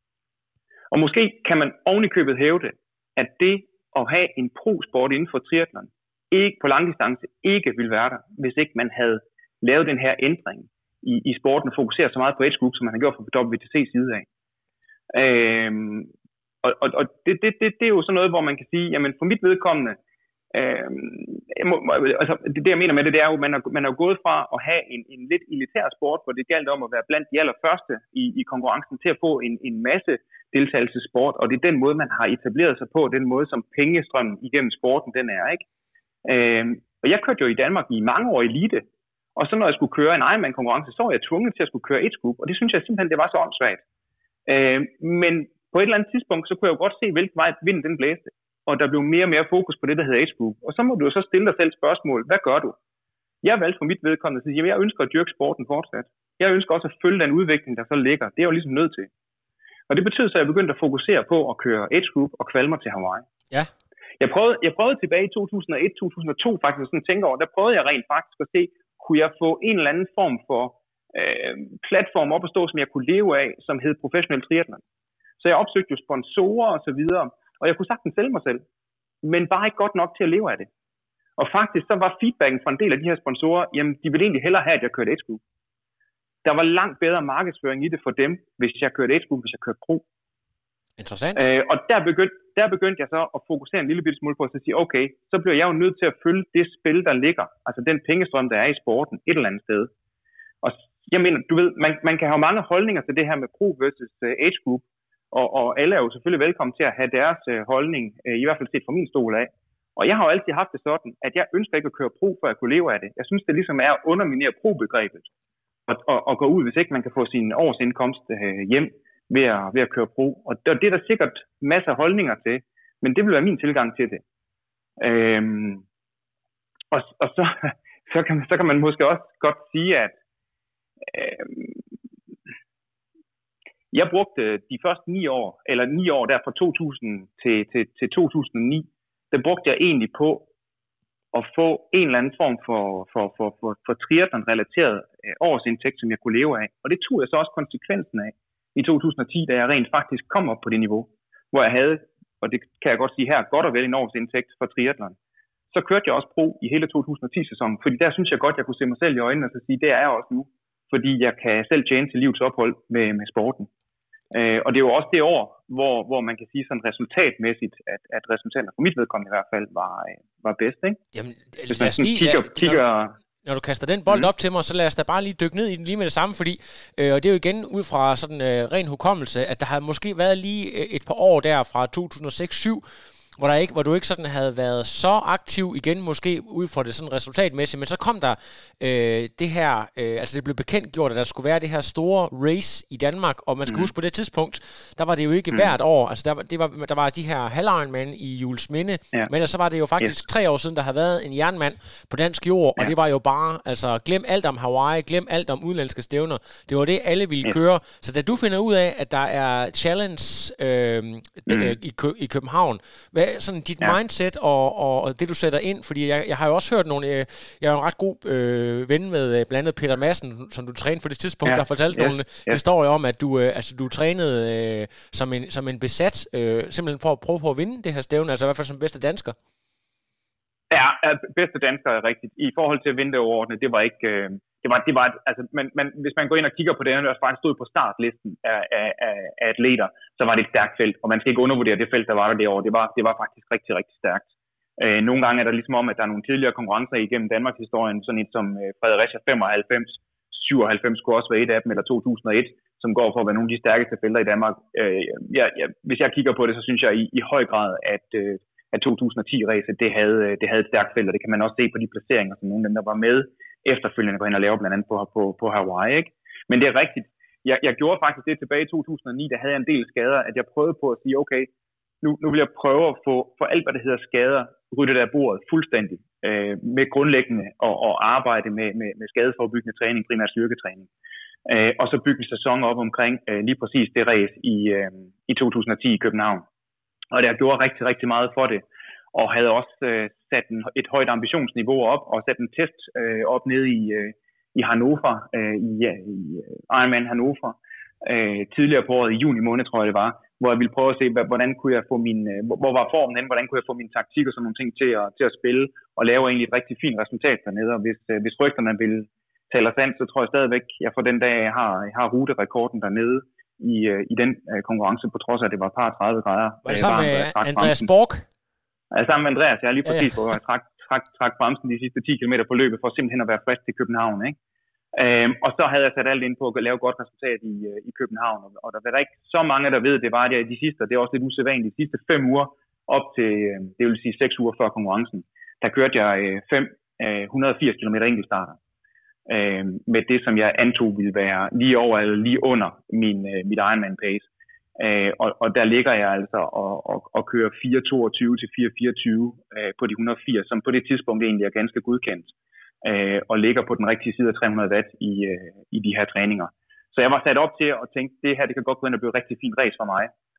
Og måske kan man ovenikøbet hævde, at det at have en pro-sport inden for triathlon, ikke på langdistance, ikke ville være der, hvis ikke man havde lavet den her ændring i sporten og fokuseret så meget på age group, som man har gjort fra WTC's side af. Og det er jo sådan noget, hvor man kan sige, jamen for mit vedkommende, det jeg mener med det er jo, man er jo gået fra at have en lidt elitær sport, hvor det galt om at være blandt de allerførste i konkurrencen, til at få en masse deltagelsessport, og det er den måde, man har etableret sig på, den måde, som pengestrømmen igennem sporten, den er, ikke? Og jeg kørte jo i Danmark i mange år elite, og så når jeg skulle køre en Ironman-konkurrence, så var jeg tvunget til at skulle køre age group, og det synes jeg simpelthen, det var så åndssvagt. Men på et eller andet tidspunkt, så kunne jeg jo godt se, hvilken vej vinden den blæste. Og der blev mere og mere fokus på det, der hedder age group. Og så må du jo så stille dig selv spørgsmål, hvad gør du? Jeg valgte for mit vedkommende at sige, jamen jeg ønsker at dyrke sporten fortsat. Jeg ønsker også at følge den udvikling, der så ligger. Det er jo ligesom nødt til. Og det betød så, at jeg begyndte at fokusere på at køre age group og kvalde mig til Hawaii. Ja. Jeg prøvede tilbage i 2001-2002 faktisk sådan tænke over, der prøvede jeg rent faktisk at se, kunne jeg få en eller anden form for platform op at stå, som jeg kunne leve af, som hed professionel triathlon. Så jeg opsøgte jo sponsorer og så videre, og jeg kunne sagtens sælge mig selv, men bare ikke godt nok til at leve af det. Og faktisk så var feedbacken fra en del af de her sponsorer, jamen de ville egentlig hellere have, at jeg kørte age group. Der var langt bedre markedsføring i det for dem, hvis jeg kørte age group, hvis jeg kørte pro. Interessant. Og der begyndte jeg så at fokusere en lille bitte smule på at sige, okay, så bliver jeg jo nødt til at følge det spil, der ligger, altså den pengestrøm, der er i sporten, et eller andet sted. Og jeg mener, du ved, man kan have mange holdninger til det her med pro versus age group, og alle er jo selvfølgelig velkommen til at have deres holdning, i hvert fald set fra min stol af. Og jeg har jo altid haft det sådan, at jeg ønsker ikke at køre pro, for at kunne leve af det. Jeg synes, det ligesom er at underminere pro-begrebet, og gå ud, hvis ikke man kan få sin årsindkomst hjem ved at køre pro. Og det er der sikkert masser af holdninger til, men det vil være min tilgang til det. Og så kan man måske også godt sige, at jeg brugte de første 9 år der fra 2000 til 2009, der brugte jeg egentlig på at få en eller anden form for triathlon-relateret årsindtægt, som jeg kunne leve af. Og det tog jeg så også konsekvensen af i 2010, da jeg rent faktisk kom op på det niveau, hvor jeg havde, og det kan jeg godt sige her, godt og vel en årsindtægt for triathlon. Så kørte jeg også pro i hele 2010-sæsonen, fordi der synes jeg godt, jeg kunne se mig selv i øjnene og så sige, det er jeg også nu, fordi jeg kan selv tjene til livets ophold med sporten. Og det er jo også det år, hvor man kan sige sådan resultatmæssigt, at resultaterne for mit vedkommende i hvert fald var bedst, ikke? Jamen, hvis man kigger når du kaster den bold op til mig, så lad os da bare lige dykke ned i den lige med det samme, fordi, og det er jo igen ud fra sådan ren hukommelse, at der har måske været lige et par år der fra 2006-7, hvor du ikke sådan havde været så aktiv igen, måske ud fra det sådan resultatmæssigt, men så kom der det her, altså det blev bekendtgjort, at der skulle være det her store race i Danmark, og man skal huske på det tidspunkt, der var det jo ikke hvert år, altså der var de her halv-Ironman i Juelsminde, men ellers så var det jo faktisk 3 år siden, der havde været en jernmand på dansk jord, og det var jo bare, altså glem alt om Hawaii, glem alt om udenlandske stævner, det var det, alle ville køre, så da du finder ud af, at der er challenge i København, hvad sådan dit mindset og det, du sætter ind, fordi jeg har jo også hørt nogle, jeg er jo en ret god ven med blandt andet Peter Madsen, som du trænede på det tidspunkt, der fortalte nogle historier om, at du trænede som en besat, simpelthen for at prøve på at vinde det her stævne, altså i hvert fald som bedste dansker. Ja, bedste dansker er rigtigt. I forhold til at vinde det overordnet, det var ikke... Det var altså, men hvis man går ind og kigger på det, der faktisk stod på startlisten af atleter, så var det et stærkt felt, og man skal ikke undervurdere det felt, der var der det år. Det var faktisk rigtig, rigtig stærkt. Nogle gange er der ligesom om, at der er nogle tidligere konkurrencer igennem Danmarks historien, sådan et som Fredericia 95, 97 kunne også være et af dem, eller 2001, som går for at være nogle af de stærkeste felter i Danmark. Hvis jeg kigger på det, så synes jeg i høj grad, at 2010-ræset, det havde et stærkt felt, og det kan man også se på de placeringer, som nogle af dem, der var med, efterfølgende går hen og laver blandt andet på Hawaii, ikke? Men det er rigtigt. Jeg gjorde faktisk det tilbage i 2009, der havde jeg en del skader, at jeg prøvede på at sige, okay, nu vil jeg prøve at få for alt, hvad der hedder skader, ryddet af bordet fuldstændig, med grundlæggende og arbejde med skadeforebyggende træning, primært styrketræning. Og så bygge en sæson op omkring lige præcis det race i 2010 i København. Og det har gjort rigtig, rigtig meget for det. Og havde også sat et højt ambitionsniveau op, og sat en test op nede i Hannover, i Ironman Hannover, tidligere på året, i juni måned, tror jeg det var, hvor jeg ville prøve at se, hvordan kunne jeg få hvor var formen henne, hvordan kunne jeg få mine taktikker og sådan nogle ting til at spille, og lave egentlig et rigtig fint resultat dernede. Og hvis rygterne ville tale sandt, så tror jeg stadigvæk, jeg for den dag, jeg har ruterekorden dernede i den konkurrence, på trods af, at det var et par 30 grader. Var det sammen med Andreas Borg? Altså sammen med Andreas, jeg lige præcis, hvor jeg trak bremsen de sidste 10 km på løbet, for simpelthen at være frisk til København, ikke? Og så havde jeg sat alt ind på at lave godt resultat i København, og der var ikke så mange, der ved, det var det de sidste, og det er også lidt usædvanligt, de sidste 5 uger op til, det vil sige 6 uger før konkurrencen, der kørte jeg 180 km enkeltstarter, med det, som jeg antog ville være lige over eller lige under mit Ironman pace. Og der ligger jeg altså og kører 4.22 til 4.24 på de 180, som på det tidspunkt egentlig er ganske godkendt, og ligger på den rigtige side af 300 watt i de her træninger. Så jeg var sat op til at tænke, det her det kan godt gå ind og blive et rigtig fint race for mig,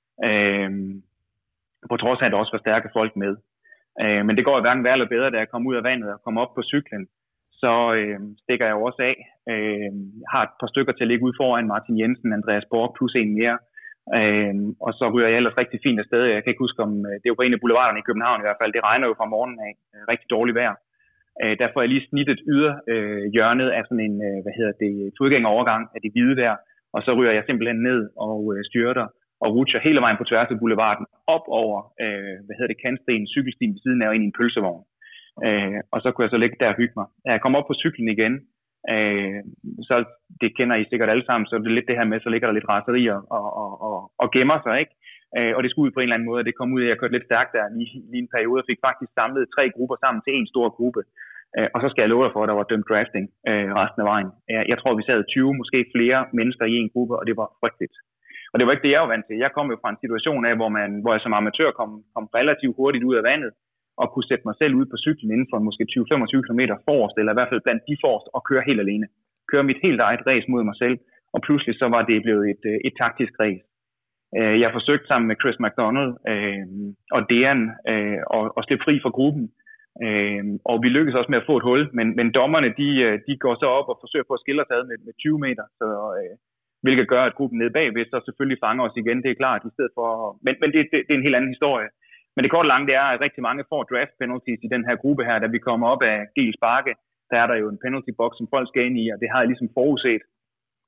på trods af at der også var stærke folk med. Men det går i hverken værre eller bedre, da jeg kom ud af vandet og kom op på cyklen. Så stikker jeg jo også af. Har et par stykker til at ligge ude foran, Martin Jensen, Andreas Borg plus en mere. Og så ryger jeg ellers rigtig fint afsted. Jeg kan ikke huske, om det er jo på en af boulevarderne i København i hvert fald. Det regner jo fra morgenen af. Rigtig dårligt vejr. Der får jeg lige snittet hjørnet af sådan en, fodgængerovergang af det hvide vejr. Og så ryger jeg simpelthen ned og styrter og rutscher hele vejen på tværs af boulevarden op over, kantstenen, cykelstien ved siden af og ind i en pølsevogn. Og så kunne jeg så ligge der og hygge mig. Jeg kom op på cyklen igen, så det kender I sikkert alle sammen, så det er lidt det her med, så ligger der lidt raserier og gemmer sig, ikke? Og det skulle ud på en eller anden måde, og det kom ud af, at jeg kørte lidt stærkt der lige en periode, og fik faktisk samlet 3 grupper sammen til en stor gruppe. Og så skal jeg love dig for, at der var dømt drafting resten af vejen. Jeg tror, vi sad 20, måske flere mennesker i en gruppe, og det var frygteligt. Og det var ikke det, jeg var vant til. Jeg kom jo fra en situation af, hvor jeg som amatør kom relativt hurtigt ud af vandet, og kunne sætte mig selv ud på cyklen inden for måske 20-25 km forrest, eller i hvert fald blandt de forrest, og køre helt alene. Køre mit helt eget race mod mig selv, og pludselig så var det blevet et taktisk race. Jeg forsøgte sammen med Chris McDonald og Dejan at slippe fri fra gruppen, og vi lykkedes også med at få et hul, men dommerne de går så op og forsøger på at skille os ad med 20 meter, så, hvilket gør, at gruppen nede bagved så selvfølgelig fanger os igen, det er klart, i stedet for, men det er en helt anden historie. Men det korte lange, det er, at rigtig mange får draft penalties i den her gruppe her, da vi kommer op af Gels Bakke, der er der jo en penalty box, som folk skal ind i, og det har jeg ligesom forudset.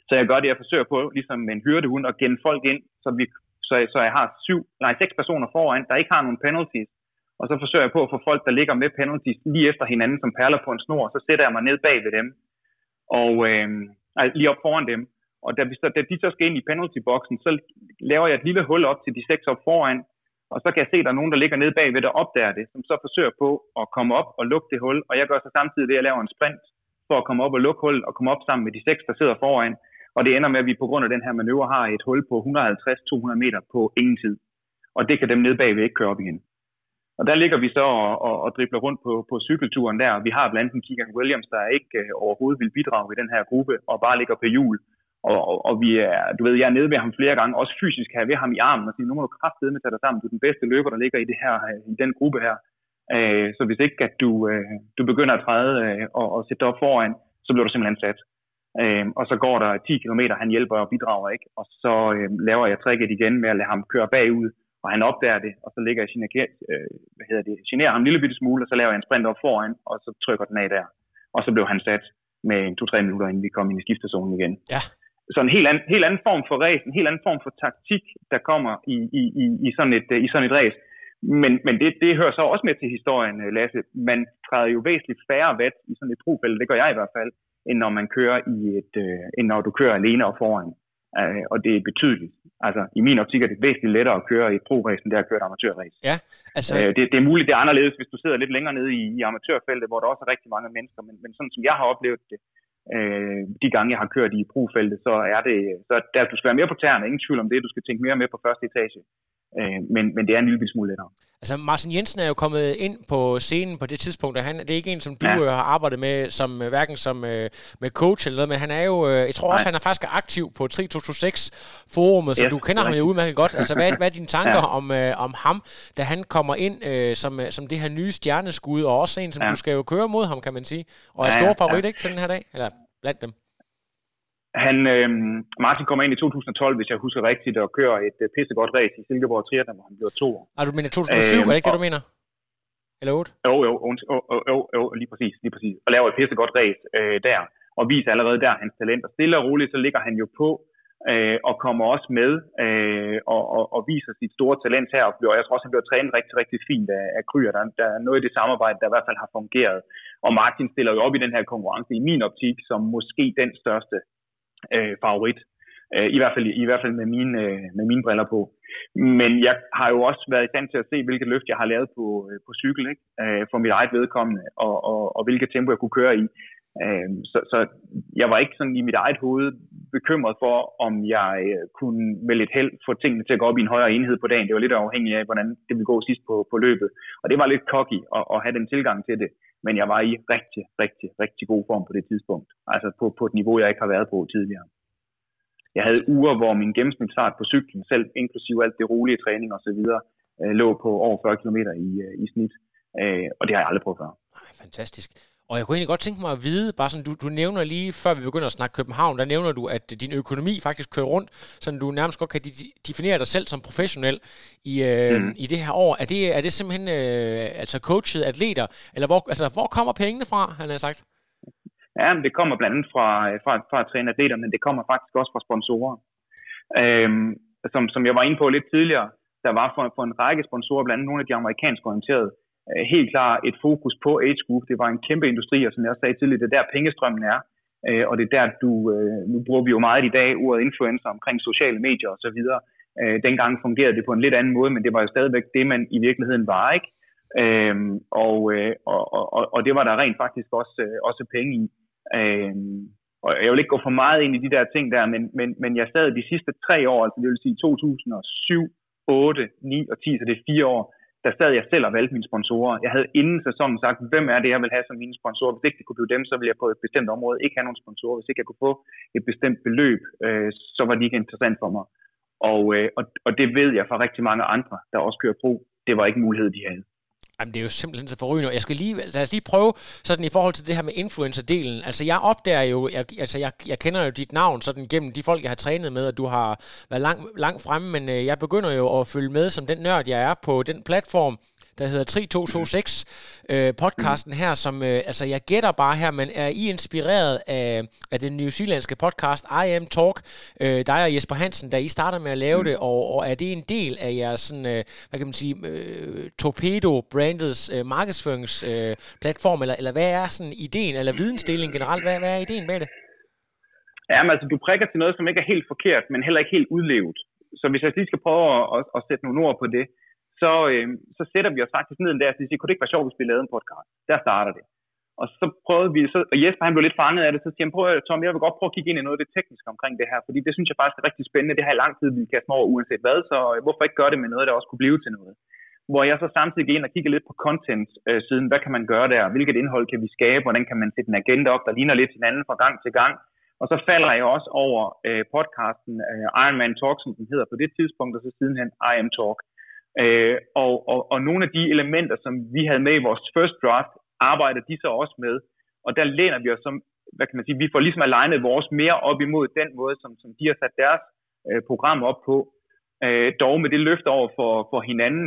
Så jeg gør det, jeg forsøger på, ligesom med en hyrdehund, at gemme folk ind, så jeg har 6 personer foran, der ikke har nogen penalties. Og så forsøger jeg på at få folk, der ligger med penalties lige efter hinanden, som perler på en snor, så sætter jeg mig ned bag ved dem, og lige op foran dem. Og da de så skal ind i penalty-boksen, så laver jeg et lille hul op til de 6 op foran, og så kan jeg se, at der er nogen, der ligger nede bagved, der opdager det, som så forsøger på at komme op og lukke det hul, og jeg gør så samtidig det, at jeg laver en sprint for at komme op og lukke hullet, og komme op sammen med de 6, der sidder foran, og det ender med, at vi på grund af den her manøvre har et hul på 150-200 meter på ingen tid, og det kan dem nede bagved ikke køre op igen. Og der ligger vi så og dribler rundt på cykelturen der. Vi har blandt andet Keegan Williams, der ikke overhovedet vil bidrage i den her gruppe, og bare ligger på hjul. Og vi er, jeg er nede ved ham flere gange, også fysisk her ved ham i armen, og siger, nu må du kraftedeme tage dig sammen, du er den bedste løber, der ligger i det her, i den gruppe her. Så hvis ikke, at du begynder at træde og sætte dig op foran, så bliver du simpelthen sat. Og så går der 10 kilometer, han hjælper og bidrager ikke, og så laver jeg tricket igen med at lade ham køre bagud, og han opdager det, og så ligger jeg generer ham en lille bitte smule, og så laver jeg en sprint op foran, og så trykker den af der. Og så blev han sat med 2-3 minutter, inden vi kom ind i skiftezonen igen. Ja. Så en helt anden form for race, en helt anden form for taktik, der kommer i sådan et race. Men det hører så også med til historien, Lasse. Man træder jo væsentligt færre watt i sådan et profelt, det gør jeg i hvert fald, end når man kører end når du kører alene og foran. Og det er betydeligt. Altså, i min optik er det væsentligt lettere at køre i et pro-race, end det at køre et amatørrace. Ja, altså... det er muligt, det er anderledes, hvis du sidder lidt længere nede i amatørfeltet, hvor der også er rigtig mange mennesker. Men sådan som jeg har oplevet det, de gange jeg har kørt i pro-feltet, så er det, du skal være mere på tæerne, ingen tvivl om det, du skal tænke mere med på første etage. Men det er en lille smule lettere. Altså Martin Jensen er jo kommet ind på scenen på det tidspunkt, og det er ikke en, som du har arbejdet med, som hverken som med coach eller noget, men han er jo, jeg tror også, han er faktisk aktiv på 3264-forumet, så du kender ham jo udmærket godt. Altså hvad er dine tanker om ham, da han kommer ind som det her nye stjerneskud, og også en, som du skal jo køre mod ham, kan man sige, og er stor favorit ikke til den her dag, eller blandt dem? Martin kommer ind i 2012, hvis jeg husker rigtigt, og kører et pissegodt race i Silkeborg Triathlon, hvor han bliver 2 år. Du mener 2007, er det ikke det, du mener? Eller 8? Jo, lige præcis. Og laver et pissegodt race der, og viser allerede der hans talent. Og stille og roligt, så ligger han jo på, og kommer også med, og viser sit store talent her. Og jeg tror også, han bliver trænet rigtig, rigtig fint af Kryer. Der er noget i det samarbejde, der i hvert fald har fungeret. Og Martin stiller jo op i den her konkurrence, i min optik, som måske den største favorit, i hvert fald med mine briller på. Men jeg har jo også været i stand til at se, hvilket løft jeg har lavet på cykel, ikke? For mit eget vedkommende, og hvilket tempo jeg kunne køre i. Så jeg var ikke sådan i mit eget hoved bekymret for, om jeg kunne med lidt held få tingene til at gå op i en højere enhed på dagen. Det var lidt afhængigt af, hvordan det ville gå sidst på løbet. Og det var lidt cocky at have den tilgang til det. Men jeg var i rigtig, rigtig, rigtig god form på det tidspunkt. Altså på et niveau, jeg ikke har været på tidligere. Jeg havde uger, hvor min gennemsnitsfart på cyklen, selv inklusive alt det rolige træning og så videre, lå på over 40 km i snit. Og det har jeg aldrig prøvet før. Fantastisk. Og jeg kunne egentlig godt tænke mig at vide, bare sådan, du nævner lige, før vi begynder at snakke København, der nævner du, at din økonomi faktisk kører rundt, så du nærmest godt kan definere dig selv som professionel i det her år. Er det simpelthen altså coachet atleter, eller hvor kommer pengene fra, han har sagt? Ja, men det kommer blandt andet fra at træne atleter, men det kommer faktisk også fra sponsorer. Som jeg var inde på lidt tidligere, der var for en række sponsorer, blandt andet nogle af de amerikansk orienterede, helt klart et fokus på age group. Det var en kæmpe industri, og som jeg sagde tidligere, det er der pengestrømmen er. Og det er der, nu bruger vi jo meget i dag ordet influencer omkring sociale medier og så videre. Dengang fungerede det på en lidt anden måde, men det var jo stadigvæk det, man i virkeligheden var, ikke? Og det var der rent faktisk også penge i. Og jeg vil ikke gå for meget ind i de der ting der, men jeg sad de sidste 3 år, altså det vil sige 2007, 8, 9 og 10, så det er 4 år, der sad jeg selv og valgte mine sponsorer. Jeg havde inden sæsonen sagt, hvem er det, jeg vil have som mine sponsorer. Hvis ikke det kunne blive dem, så ville jeg på et bestemt område ikke have nogen sponsorer. Hvis ikke jeg kunne få et bestemt beløb, så var det ikke interessant for mig. Og det ved jeg fra rigtig mange andre, der også kører pro. Det var ikke en mulighed, de havde. Jamen, det er jo simpelthen så forrygende. Lad os lige prøve sådan i forhold til det her med influencer-delen. Altså, jeg opdager jo, jeg kender jo dit navn sådan gennem de folk, jeg har trænet med, og du har været langt fremme, men jeg begynder jo at følge med som den nørd, jeg er på den platform, der hedder 3226 podcasten her, som altså jeg gætter bare her, men er I inspireret af den newzealandske podcast I Am Talk, dig og Jesper Hansen, da I starter med at lave det, og er det en del af jeres sådan, hvad kan man sige, Torpedo-brandets markedsføringsplatform, eller hvad er sådan ideen, eller vidensdeling generelt, hvad er ideen bag det? Ja, men altså, du prikker til noget, som ikke er helt forkert, men heller ikke helt udlevet. Så hvis jeg lige skal prøve at sætte nogle ord på det, så sætter vi os faktisk ned der og siger, kunne det ikke være sjovt, hvis vi lavede en podcast? Der starter det. Og så prøvede vi, og Jesper han blev lidt fanget af det, så siger han, Tom, jeg vil godt prøve at kigge ind i noget af det tekniske omkring det her, fordi det synes jeg faktisk er rigtig spændende. Det har i lang tid vi kaste mig over uanset hvad, så hvorfor ikke gøre det med noget, der også kunne blive til noget? Hvor jeg så samtidig gik ind og kigger lidt på content-siden. Hvad kan man gøre der? Hvilket indhold kan vi skabe? Hvordan kan man sætte en agenda op, der ligner lidt hinanden fra gang til gang? Og så falder jeg også over podcasten Iron Man Talk, som den hedder på det tidspunkt, og så sidenhen I Am Talk. Og nogle af de elementer, som vi havde med i vores first draft, arbejder de så også med. Og der læner vi os som, hvad kan man sige, vi får ligesom alignet vores mere op imod den måde, som de har sat deres program op på. Dog med det løfte over for hinanden,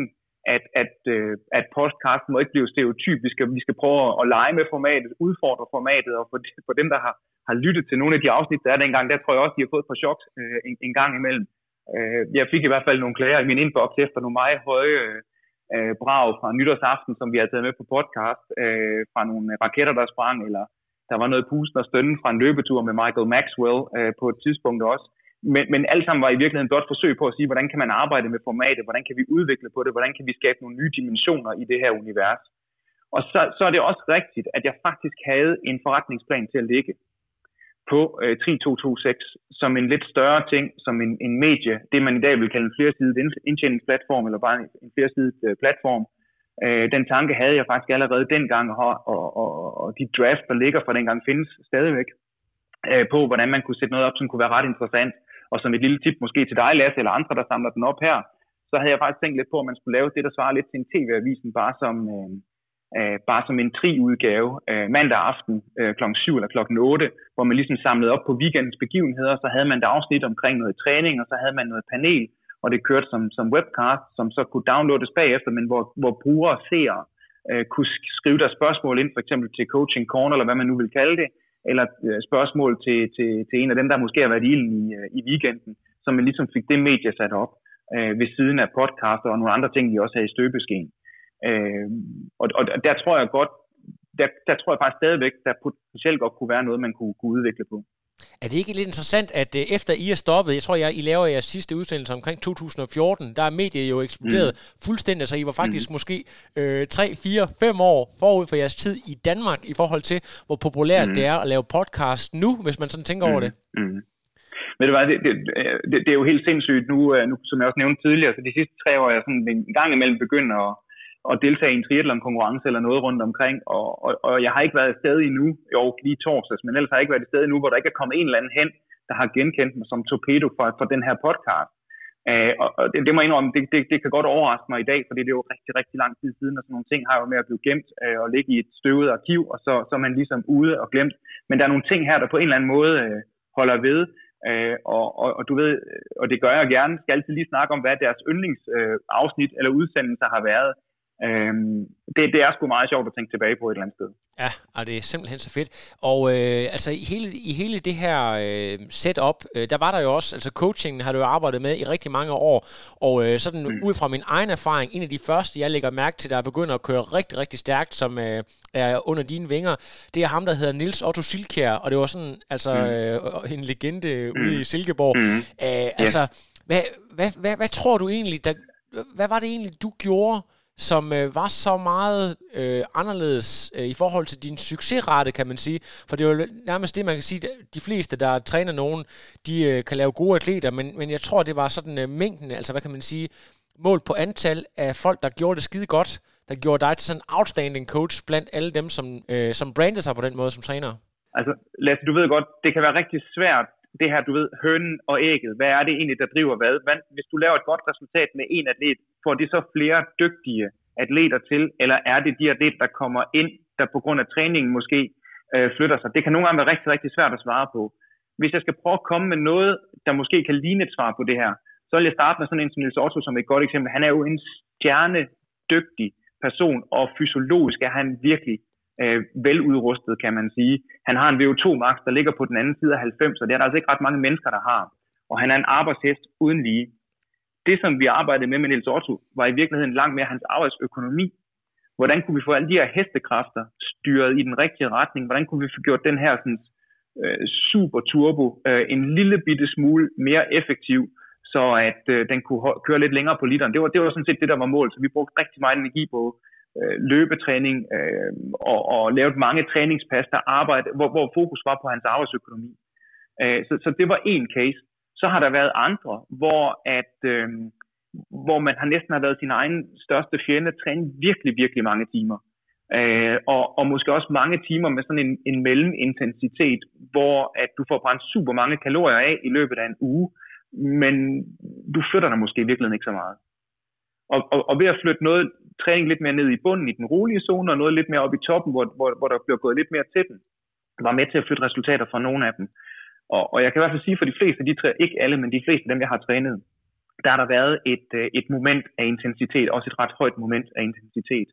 at podcasten må ikke blive stereotyp. Vi skal prøve at lege med formatet, udfordre formatet, og for dem, der har lyttet til nogle af de afsnit, der er dengang, der tror jeg også, de har fået et par chok en gang imellem. Jeg fik i hvert fald nogle klager i min inbox efter nogle meget høje brag fra nytårsaften, som vi har taget med på podcast, fra nogle raketter, der sprang, eller der var noget pusten og stønnen fra en løbetur med Michael Maxwell på et tidspunkt også. Men alt sammen var i virkeligheden blot forsøg på at sige, hvordan kan man arbejde med formatet, hvordan kan vi udvikle på det, hvordan kan vi skabe nogle nye dimensioner i det her univers. Og så er det også rigtigt, at jeg faktisk havde en forretningsplan til at ligge på 3226 som en lidt større ting, som en medie, det man i dag vil kalde en flersidet indtjeningsplatform, eller bare en flersidet platform. Den tanke havde jeg faktisk allerede dengang, og de drafts, der ligger fra dengang, findes stadigvæk på, hvordan man kunne sætte noget op, som kunne være ret interessant. Og som et lille tip måske til dig, Lasse, eller andre, der samler den op her, så havde jeg faktisk tænkt lidt på, at man skulle lave det, der svarer lidt til en TV-avisen, bare som en tri-udgave mandag aften kl. 7 eller kl. 8, hvor man ligesom samlede op på weekendens begivenheder, så havde man et afsnit omkring noget træning, og så havde man noget panel, og det kørte som webcast, som så kunne downloades bagefter, men hvor brugere og seere kunne skrive deres spørgsmål ind, for eksempel til Coaching Corner, eller hvad man nu vil kalde det, eller spørgsmål til en af dem, der måske har været i ilden i weekenden, så man ligesom fik det medie sat op ved siden af podcaster og nogle andre ting, vi også havde i støbeskeen. Og der tror jeg godt, der tror jeg faktisk stadigvæk, der potentielt godt kunne være noget, man kunne udvikle på. Er det ikke lidt interessant, at efter I er stoppet, jeg tror, I laver jeres sidste udsendelse omkring 2014, der er mediet jo eksploderet fuldstændig, så I var faktisk måske 3, 4, 5 år forud for jeres tid i Danmark i forhold til, hvor populært det er at lave podcast nu, hvis man sådan tænker over det. Men det er jo helt sindssygt nu, som jeg også nævnte tidligere, så de sidste 3 år er jeg sådan en gang imellem begyndt at deltage i en triathlon-konkurrence eller noget rundt omkring, og jeg har ikke været et sted endnu, jo lige torsdags, men ellers har jeg ikke været et sted endnu, hvor der ikke er kommet en eller anden hen, der har genkendt mig som torpedo for den her podcast. Og det må jeg indrømme, det kan godt overraske mig i dag, fordi det er jo rigtig, rigtig lang tid siden, og sådan nogle ting har jo med at blive gemt og ligge i et støvet arkiv, og så er man ligesom ude og glemt. Men der er nogle ting her, der på en eller anden måde holder ved, og du ved, og det gør jeg gerne, skal altid lige snakke om, hvad deres yndlingsafsnit eller udsendelser har været. Det er sgu meget sjovt at tænke tilbage på et eller andet sted. Ja, og det er simpelthen så fedt. Og altså i hele det her setup, der var der jo også, altså coachingen har du jo arbejdet med i rigtig mange år, og sådan ud fra min egen erfaring, en af de første, jeg lægger mærke til, der begynder at køre rigtig, rigtig stærkt, som er under dine vinger, det er ham, der hedder Niels Otto Silkjær, og det var sådan, altså en legende ude i Silkeborg. Altså, hvad tror du egentlig, hvad var det egentlig, du gjorde, som var så meget anderledes i forhold til din succesrate, kan man sige. For det er jo nærmest det, man kan sige, de fleste, der træner nogen, de kan lave gode atleter, men jeg tror, det var sådan mængden, altså hvad kan man sige, målt på antal af folk, der gjorde det skide godt, der gjorde dig til sådan en outstanding coach blandt alle dem, som brandede sig på den måde som træner. Altså, Lasse, du ved godt, det kan være rigtig svært, det her, du ved, hønen og ægget. Hvad er det egentlig, der driver hvad? Hvis du laver et godt resultat med en atlet, får de så flere dygtige atleter til, eller er det de atleter, der kommer ind, der på grund af træningen måske flytter sig? Det kan nogle gange være rigtig, rigtig svært at svare på. Hvis jeg skal prøve at komme med noget, der måske kan ligne et svar på det her, så vil jeg starte med sådan en som Niels Otto som et godt eksempel. Han er jo en stjernedygtig person, og fysiologisk er han virkelig veludrustet, kan man sige. Han har en VO2 max, der ligger på den anden side af 90, og det er der altså ikke ret mange mennesker, der har. Og han er en arbejdshest uden lige. Det, som vi arbejdede med Niels Otto, var i virkeligheden langt mere hans arbejdsøkonomi. Hvordan kunne vi få alle de her hestekræfter styret i den rigtige retning? Hvordan kunne vi få gjort den her sådan, super turbo en lille bitte smule mere effektiv, så at den kunne køre lidt længere på literen. Det var sådan set det, der var mål. Så vi brugte rigtig meget energi på løbetræning og lavet mange træningspas, der arbejde, hvor fokus var på hans arbejdsøkonomi. Så det var en case. Så har der været andre, hvor man har næsten har været sin egen største fjende, trænet virkelig, virkelig mange timer. Og måske også mange timer med sådan en mellemintensitet, hvor at du får brændt super mange kalorier af i løbet af en uge, men du flytter dig måske i virkeligheden ikke så meget. Og ved at flytte noget træning lidt mere ned i bunden i den rolige zone, og noget lidt mere op i toppen, hvor der bliver gået lidt mere til den, var med til at flytte resultater fra nogle af dem. Og jeg kan i hvert fald sige, for de fleste af de tre, ikke alle, men de fleste af dem, jeg har trænet, der har der været et moment af intensitet, også et ret højt moment af intensitet.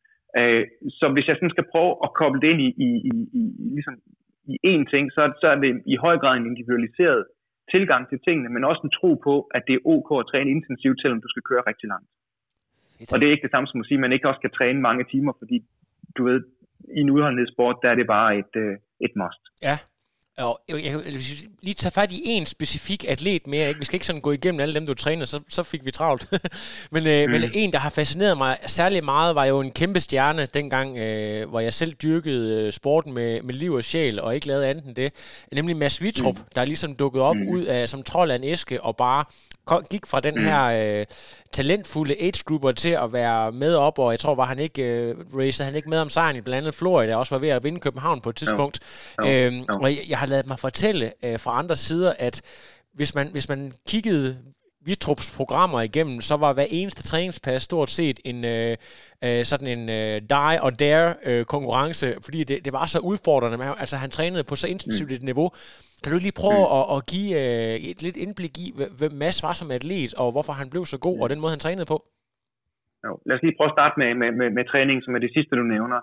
Så hvis jeg sådan skal prøve at koble det ind ligesom i én ting, så er det i høj grad en individualiseret tilgang til tingene, men også en tro på, at det er ok at træne intensivt, selvom du skal køre rigtig langt. Og det er ikke det samme som at sige, at man ikke også kan træne mange timer, fordi du ved, i en udholdenhedssport, der er det bare et must. Ja. Og jeg vil lige tage fat i en specifik atlet mere, ikke? Vi skal ikke sådan gå igennem alle dem, du trænede, så fik vi travlt. men en, der har fascineret mig særlig meget, var jo en kæmpe stjerne dengang, hvor jeg selv dyrkede sporten med liv og sjæl, og ikke lavede andet end det. Nemlig Mads Wittrup, der ligesom dukkede op ud af som trold af en æske, og bare gik fra den her talentfulde age-grupper til at være med op, og jeg tror, var han ikke racede han ikke med om sejren i blandt andet Florida, også var ved at vinde København på et tidspunkt. Og jeg har ladet mig fortælle fra andre sider, at hvis man kiggede Wittrups programmer igennem, så var hver eneste træningspas stort set sådan en die or dare konkurrence, fordi det var så udfordrende. Altså han trænede på så intensivt et niveau. Kan du lige prøve at give et lidt indblik i, hvem Mads var som atlet, og hvorfor han blev så god, og den måde han trænede på? Jo, lad os lige prøve at starte med træning, som er det sidste, du nævner.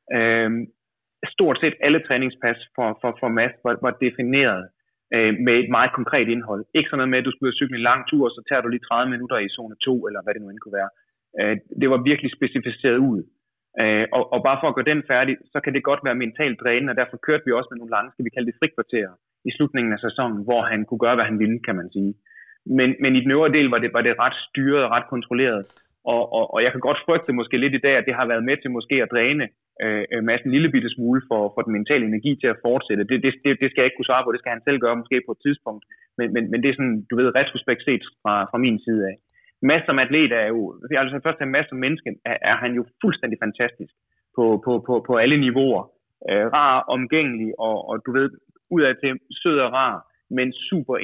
Stort set alle træningspas for Mads var defineret med et meget konkret indhold. Ikke sådan noget med, at du skulle ud og cykle en lang tur, og så tager du lige 30 minutter i zone 2, eller hvad det nu end kunne være. Det var virkelig specificeret ud. Og bare for at gøre den færdig, så kan det godt være mentalt drænende, og derfor kørte vi også med nogle lange, skal vi kalde det frikvarterer, i slutningen af sæsonen, hvor han kunne gøre, hvad han ville, kan man sige. Men i den øvre del var det ret styret og ret kontrolleret. Og jeg kan godt frygte måske lidt i dag, at det har været med til måske at dræne Madsen en lille bitte smule for den mentale energi til at fortsætte. Det skal jeg ikke kunne svare på, det skal han selv gøre måske på et tidspunkt. Men det er sådan, du ved, retrospekt set fra min side af. Mads som atlet er jo, altså først og Mads som menneske, er han jo fuldstændig fantastisk på alle niveauer. Rar, omgængelig og du ved, udad til sød og rar, men super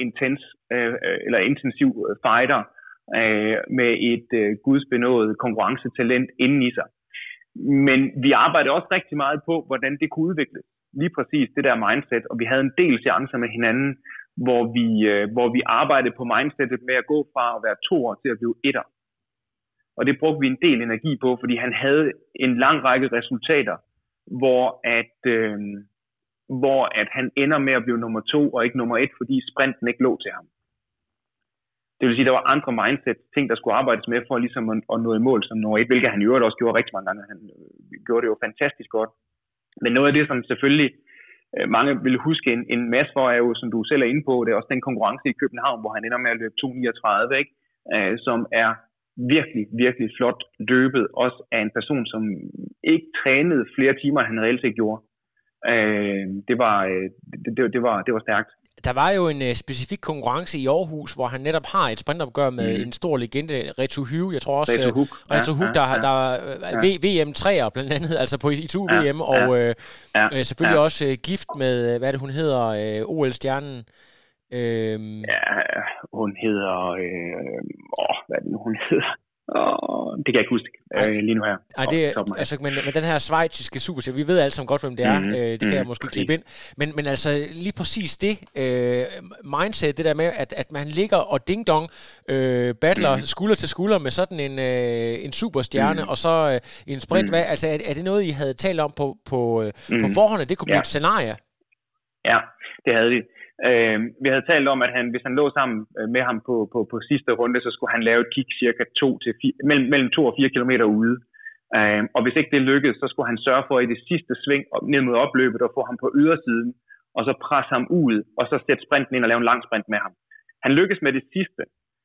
intensiv fighter med et gudsbenået konkurrencetalent inden i sig. Men vi arbejdede også rigtig meget på, hvordan det kunne udvikles. Lige præcis det der mindset, og vi havde en del seancer med hinanden, hvor vi arbejdede på mindsetet med at gå fra at være toer til at blive etter. Og det brugte vi en del energi på, fordi han havde en lang række resultater, hvor at han ender med at blive nummer 2 og ikke nummer 1, fordi sprinten ikke lå til ham. Det vil sige, at der var andre mindset, ting, der skulle arbejdes med for ligesom at nå i mål som nummer 1, hvilket han i øvrigt også gjorde rigtig mange gange. Han gjorde det jo fantastisk godt. Men noget af det, som selvfølgelig mange vil huske en masse for, er jo, som du selv er inde på, det er også den konkurrence i København, hvor han ender med at løbe 2:39, ikke? Som er virkelig, virkelig flot løbet, også af en person, som ikke trænede flere timer, end han reelt set gjorde. Det var stærkt. Der var jo en specifik konkurrence i Aarhus, hvor han netop har et sprintopgør med en stor legende, Reto Hugh. Jeg tror også, Reto Hugh, der er VM3'er blandt andet, altså på ITU VM, og selvfølgelig også gift med, hvad er det, hun hedder, OL-stjernen? Hun hedder, hvad er det nu, hun hedder? Det kan jeg ikke huske lige nu her. Men den her schweiziske superserie, vi ved alle sammen godt, hvem det er. Det kan jeg måske klippe ind. Men altså lige præcis det mindset, det der med, at man ligger og ding-dong battler skulder til skulder med sådan en superstjerne, og så en sprint. Altså er det noget, I havde talt om på forhånd, at det kunne blive et scenarie? Ja, det havde vi. Vi havde talt om, at hvis han lå sammen med ham på sidste runde, så skulle han lave et kick cirka mellem 2 og 4 kilometer ude. Og hvis ikke det lykkedes, så skulle han sørge for i det sidste sving ned mod opløbet og få ham på ydersiden, og så presse ham ud, og så sætte sprinten ind og lave en lang sprint med ham. Han lykkedes med det sidste,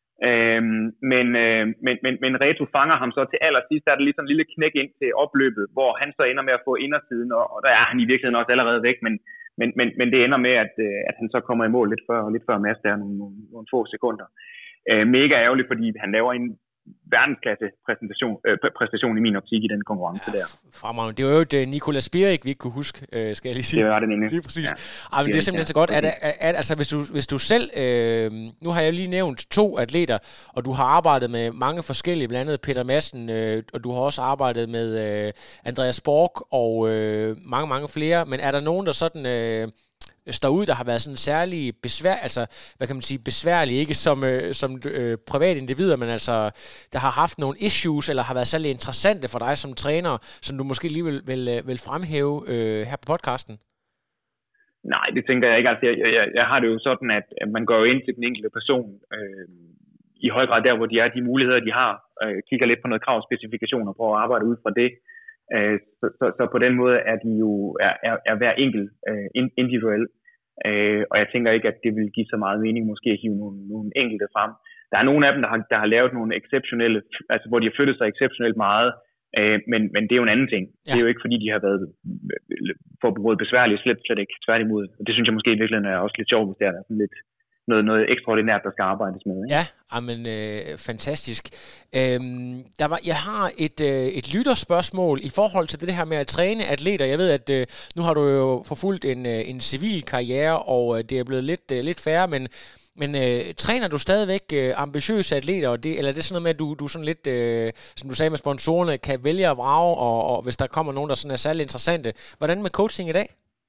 men Reto fanger ham så til allersidst. Der er der lige sådan en lille knæk ind til opløbet, hvor han så ender med at få indersiden, og der er han i virkeligheden også allerede væk, men det ender med, at han så kommer i mål lidt før Mads der nogle få sekunder. Mega ærgerligt, fordi han laver en verdensklasse præstation i min optik i den konkurrence der. Fremragende. Det var jo et Nicolas Bierik, vi ikke kunne huske, skal jeg lige sige. Det var det nemlig. Lige præcis. Ja. Men det er simpelthen så godt, altså hvis du selv, nu har jeg lige nævnt 2 atleter, og du har arbejdet med mange forskellige, blandt andet Peter Madsen, og du har også arbejdet med Andreas Borg og mange flere, men er der nogen, der sådan står ud, der har været sådan særlig besværlige, ikke som privat individer, men altså, der har haft nogle issues, eller har været særlig interessante for dig som træner, som du måske lige vil fremhæve her på podcasten? Nej, det tænker jeg ikke. Altså, jeg har det jo sådan, at man går ind til den enkelte person i høj grad der, hvor de er, de muligheder, de har, kigger lidt på noget kravspecifikationer på at arbejde ud fra det. Så på den måde er de jo er hver enkelt individuel, og jeg tænker ikke, at det vil give så meget mening måske at hive nogle enkelte frem. Der er nogle af dem, der har lavet nogle exceptionelle, altså hvor de har flyttet sig exceptionelt meget, men det er jo en anden ting. Ja. Det er jo ikke fordi de har været forbruget besværlige, slet ikke, tværtimod. Og det synes jeg måske i virkeligheden er også lidt sjovt, hvis det er sådan lidt noget ekstraordinært, der skal arbejdes med. Ikke? Ja, men fantastisk. Jeg har et lytterspørgsmål i forhold til det her med at træne atleter. Jeg ved, at nu har du jo forfulgt en civil karriere, og det er blevet lidt færre, men træner du stadigvæk ambitiøse atleter, eller er det sådan noget med, at du sådan lidt, som du sagde med sponsorerne, kan vælge at vrage, og hvis der kommer nogen, der sådan er særlig interessante. Hvordan med coaching i dag?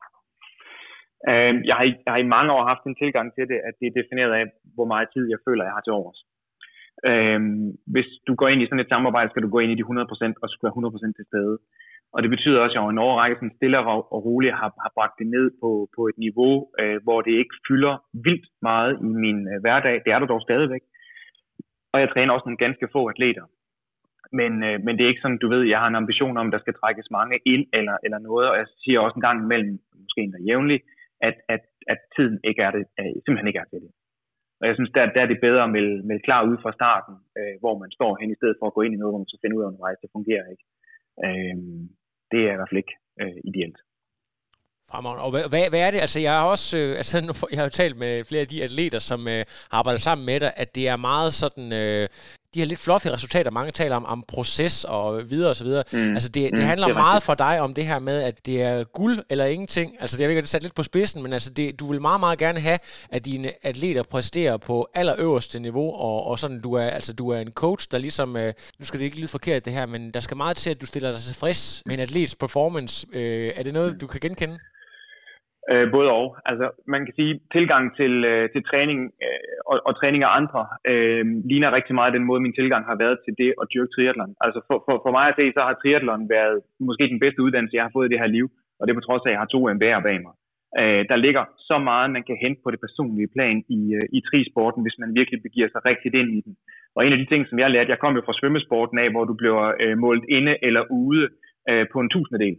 Jeg har i mange år haft en tilgang til det, at det er defineret af, hvor meget tid jeg føler, jeg har til overs. Hvis du går ind i sådan et samarbejde, skal du gå ind i de 100%, og skal være 100% til stede. Og det betyder også, at jeg over en årrække sådan stille og roligt har bragt det ned på et niveau, hvor det ikke fylder vildt meget i min hverdag. Det er der dog stadigvæk. Og jeg træner også nogle ganske få atleter. Men det er ikke sådan, du ved, jeg har en ambition om, der skal trækkes mange ind eller noget. Og jeg siger også en gang imellem, måske endda jævnligt, at tiden ikke er det, simpelthen ikke er til det. Og jeg synes, der er det bedre at melde klar ud fra starten, hvor man står hen, i stedet for at gå ind i noget, hvor man så finder ud af undervejs, det fungerer ikke. Det er i hvert fald ikke ideelt. Fremragende. Og hvad er det? Altså, jeg har jo talt med flere af de atleter, som har arbejdet sammen med dig, at det er meget sådan, de her lidt fluffy resultater, mange taler om proces og videre og så videre. Altså, det handler meget for dig om det her med, at det er guld eller ingenting. Altså, det er ikke sat lidt på spidsen, men altså, du vil meget, meget gerne have, at dine atleter præsterer på allerøverste niveau, og sådan, du er en coach, der ligesom, nu skal det ikke lyde forkert det her, men der skal meget til, at du stiller dig tilfreds med en atlets performance. Er det noget, du kan genkende? Både og. Altså, man kan sige, tilgang til træning og træning af andre ligner rigtig meget den måde, min tilgang har været til det at dyrke triathlon. Altså for mig at se, så har triathlon været måske den bedste uddannelse, jeg har fået i det her liv, og det er på trods af, at jeg har 2 MBA'er bag mig. Der ligger så meget, man kan hente på det personlige plan i trisporten, hvis man virkelig begiver sig rigtigt ind i den. Og en af de ting, som jeg lærte, jeg kom jo fra svømmesporten af, hvor du bliver målt inde eller ude på en 1000-del.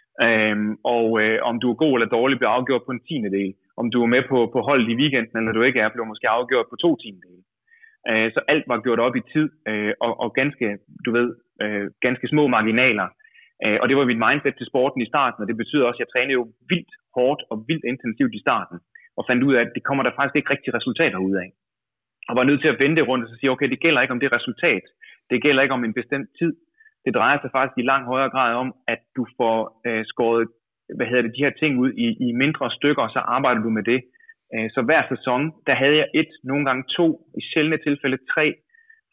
Om du er god eller dårlig, bliver afgjort på en 10-del. Om du er med på holdet i weekenden, eller du ikke er, bliver måske afgjort på 2 10-dele. Så alt var gjort op i tid, og ganske små marginaler. Og det var mit mindset til sporten i starten, og det betyder også, at jeg trænede jo vildt hårdt og vildt intensivt i starten, og fandt ud af, at det kommer der faktisk ikke rigtig resultater ud af. Og var nødt til at vende det rundt og sige, okay, det gælder ikke om det resultat. Det gælder ikke om en bestemt tid. Det drejer sig faktisk i langt højere grad om, at du får skåret de her ting ud i mindre stykker, og så arbejder du med det. Så hver sæson, der havde jeg nogle gange 2, i sjældne tilfælde 3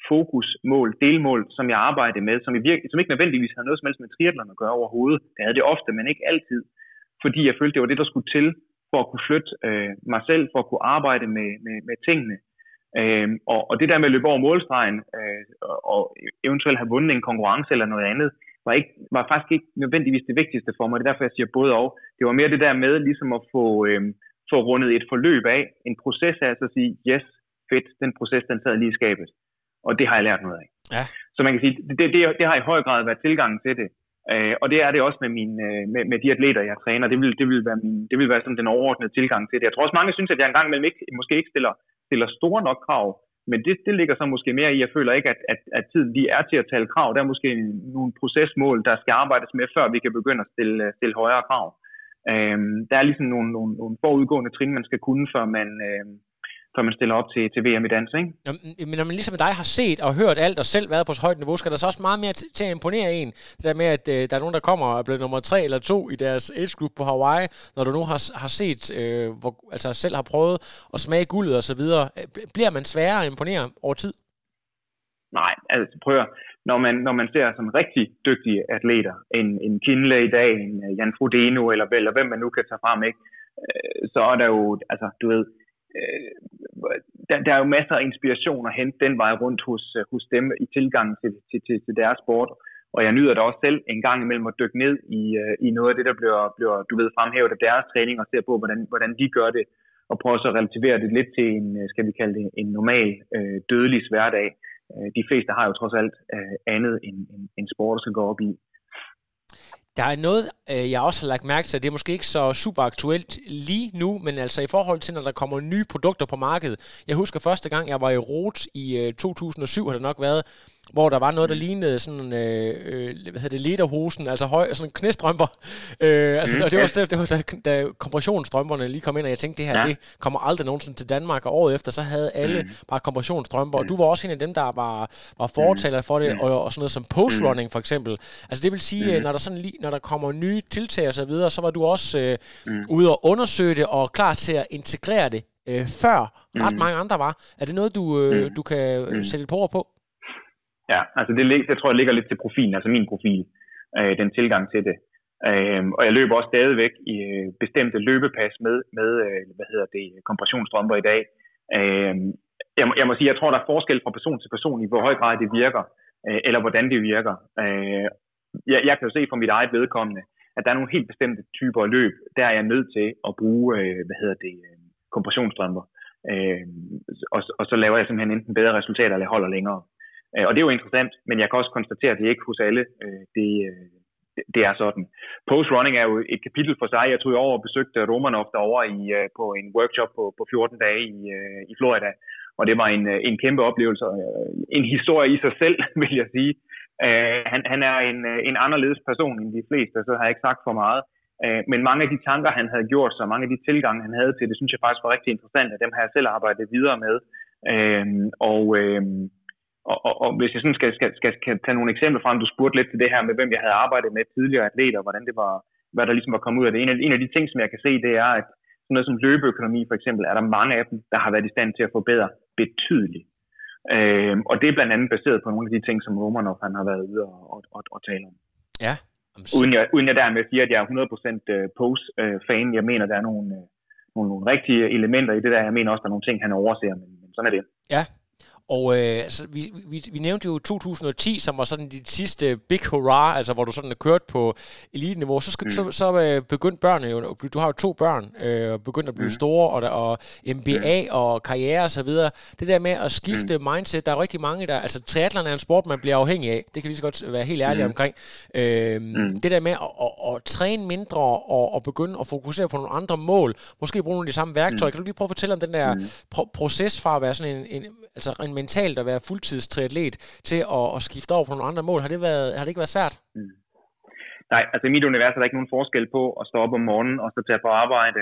fokusmål, delmål, som jeg arbejdede med, som ikke nødvendigvis havde noget som helst med triathlon at gøre overhovedet. Det havde det ofte, men ikke altid. Fordi jeg følte, det var det, der skulle til for at kunne flytte mig selv, for at kunne arbejde med tingene. Og det der med at løbe over målstregen og eventuelt have vundet en konkurrence eller noget andet, var faktisk ikke nødvendigvis det vigtigste for mig. Det er derfor, jeg siger både og. Det var mere det der med ligesom at få rundet et forløb af, en proces af at sige, yes, fedt, den proces, den sad lige i skabet. Og det har jeg lært noget af. Ja. Så man kan sige, det har i høj grad været tilgangen til det. Og det er det også med de atleter, jeg træner. Det vil være sådan den overordnede tilgang til det. Jeg tror også, mange synes, at jeg engang imellem måske ikke stiller store nok krav. Men det ligger så måske mere i, jeg føler ikke, at tiden lige er til at tale krav. Der er måske nogle procesmål, der skal arbejdes med, før vi kan begynde at stille højere krav. Der er ligesom nogle forudgående trin, man skal kunne, før man stiller op til VM i dans, ikke? Men når man ligesom dig har set og hørt alt og selv været på så højt niveau, skal der så også meget mere til at imponere en. Det der med, at der er nogen, der kommer og er blevet nummer 3 eller 2 i deres age group på Hawaii, når du nu har set, altså selv har prøvet at smage guldet og så videre. Bliver man sværere at imponere over tid? Nej, altså prøv at, når man ser sådan rigtig dygtige atleter, en Kinley i dag, en Jan Frodeno eller hvem man nu kan tage frem, ikke? Så er der jo, altså du ved, der er jo masser af inspiration at hente den vej rundt hos dem i tilgangen til deres sport. Og jeg nyder da også selv en gang imellem at dykke ned i noget af det, der bliver du ved, fremhævet af deres træning og ser på, hvordan de gør det, og prøver så at relativere det lidt til en, skal vi kalde det, en normal dødelig hverdag. De fleste har jo trods alt andet end sport, der skal gå op i. Der er noget, jeg også har lagt mærke til, det er måske ikke så super aktuelt lige nu, men altså i forhold til, når der kommer nye produkter på markedet. Jeg husker første gang, jeg var i Rot i 2007, har det nok været, hvor der var noget, der lignede sådan, lederhosen, altså sådan knæstrømper. Det var da kompressionsstrømperne lige kom ind, og jeg tænkte, det her, det kommer aldrig nogensinde til Danmark, og året efter, så havde alle bare kompressionsstrømper, og du var også en af dem, der var fortaler for det, og sådan noget som post-running for eksempel. Altså det vil sige, når der kommer nye tiltag og så videre, så var du også ude og undersøge det, og klar til at integrere det, før ret mange andre var. Er det noget, du kan sætte et par ord på? Ja, altså det tror jeg ligger lidt til profilen, altså min profil, den tilgang til det. Og jeg løber også stadigvæk i bestemte løbepas med kompressionsstrømper i dag. Jeg må sige, jeg tror, der er forskel fra person til person i, hvor høj grad det virker, eller hvordan det virker. Jeg kan jo se fra mit eget vedkommende, at der er nogle helt bestemte typer af løb, der er jeg nødt til at bruge, kompressionsstrømper. Og så laver jeg simpelthen enten bedre resultater, eller holder længere. Og det er jo interessant, men jeg kan også konstatere, at det ikke hos alle, det er sådan. Post-running er jo et kapitel for sig. Jeg tog over og besøgte Romanov derovre på en workshop på 14 dage i Florida, og det var en kæmpe oplevelse, en historie i sig selv, vil jeg sige. Han er en anderledes person end de fleste, så har jeg ikke sagt for meget. Men mange af de tanker, han havde gjort sig, mange af de tilgange, han havde til det, synes jeg faktisk var rigtig interessant, og dem har jeg selv arbejdet videre med. Og hvis jeg sådan skal tage nogle eksempler frem, du spurgte lidt til det her med, hvem jeg havde arbejdet med tidligere atleter, hvordan det var, hvad der ligesom var kommet ud af det. En af de ting, som jeg kan se, det er, at sådan noget som løbeøkonomi for eksempel, er der mange af dem, der har været i stand til at forbedre betydeligt. Og det er blandt andet baseret på nogle af de ting, som Romanov han har været ude og tale om. Ja. Uden jeg dermed siger, at jeg er 100% post-fan. Jeg mener, der er nogle rigtige elementer i det der. Jeg mener også, der er nogle ting, han overser, men sådan er det. Ja. Og vi nævnte jo 2010, som var sådan dit sidste big hurrah, altså hvor du sådan kørte på elite-niveau. Så begyndte børnene jo, du har jo 2 børn, begyndte at blive store, og MBA og karriere og så videre. Det der med at skifte mindset, der er rigtig mange, der, altså triathlon er en sport, man bliver afhængig af. Det kan vi så godt være helt ærlige omkring. Det der med at træne mindre og begynde at fokusere på nogle andre mål, måske bruge nogle af de samme værktøjer. Kan du lige prøve at fortælle om den der proces fra at være sådan en mentalt at være fuldtidstriatlet til at skifte over på nogle andre mål? Har det ikke været svært? Nej, altså i mit univers er der ikke nogen forskel på at stå op om morgenen og så tage på arbejde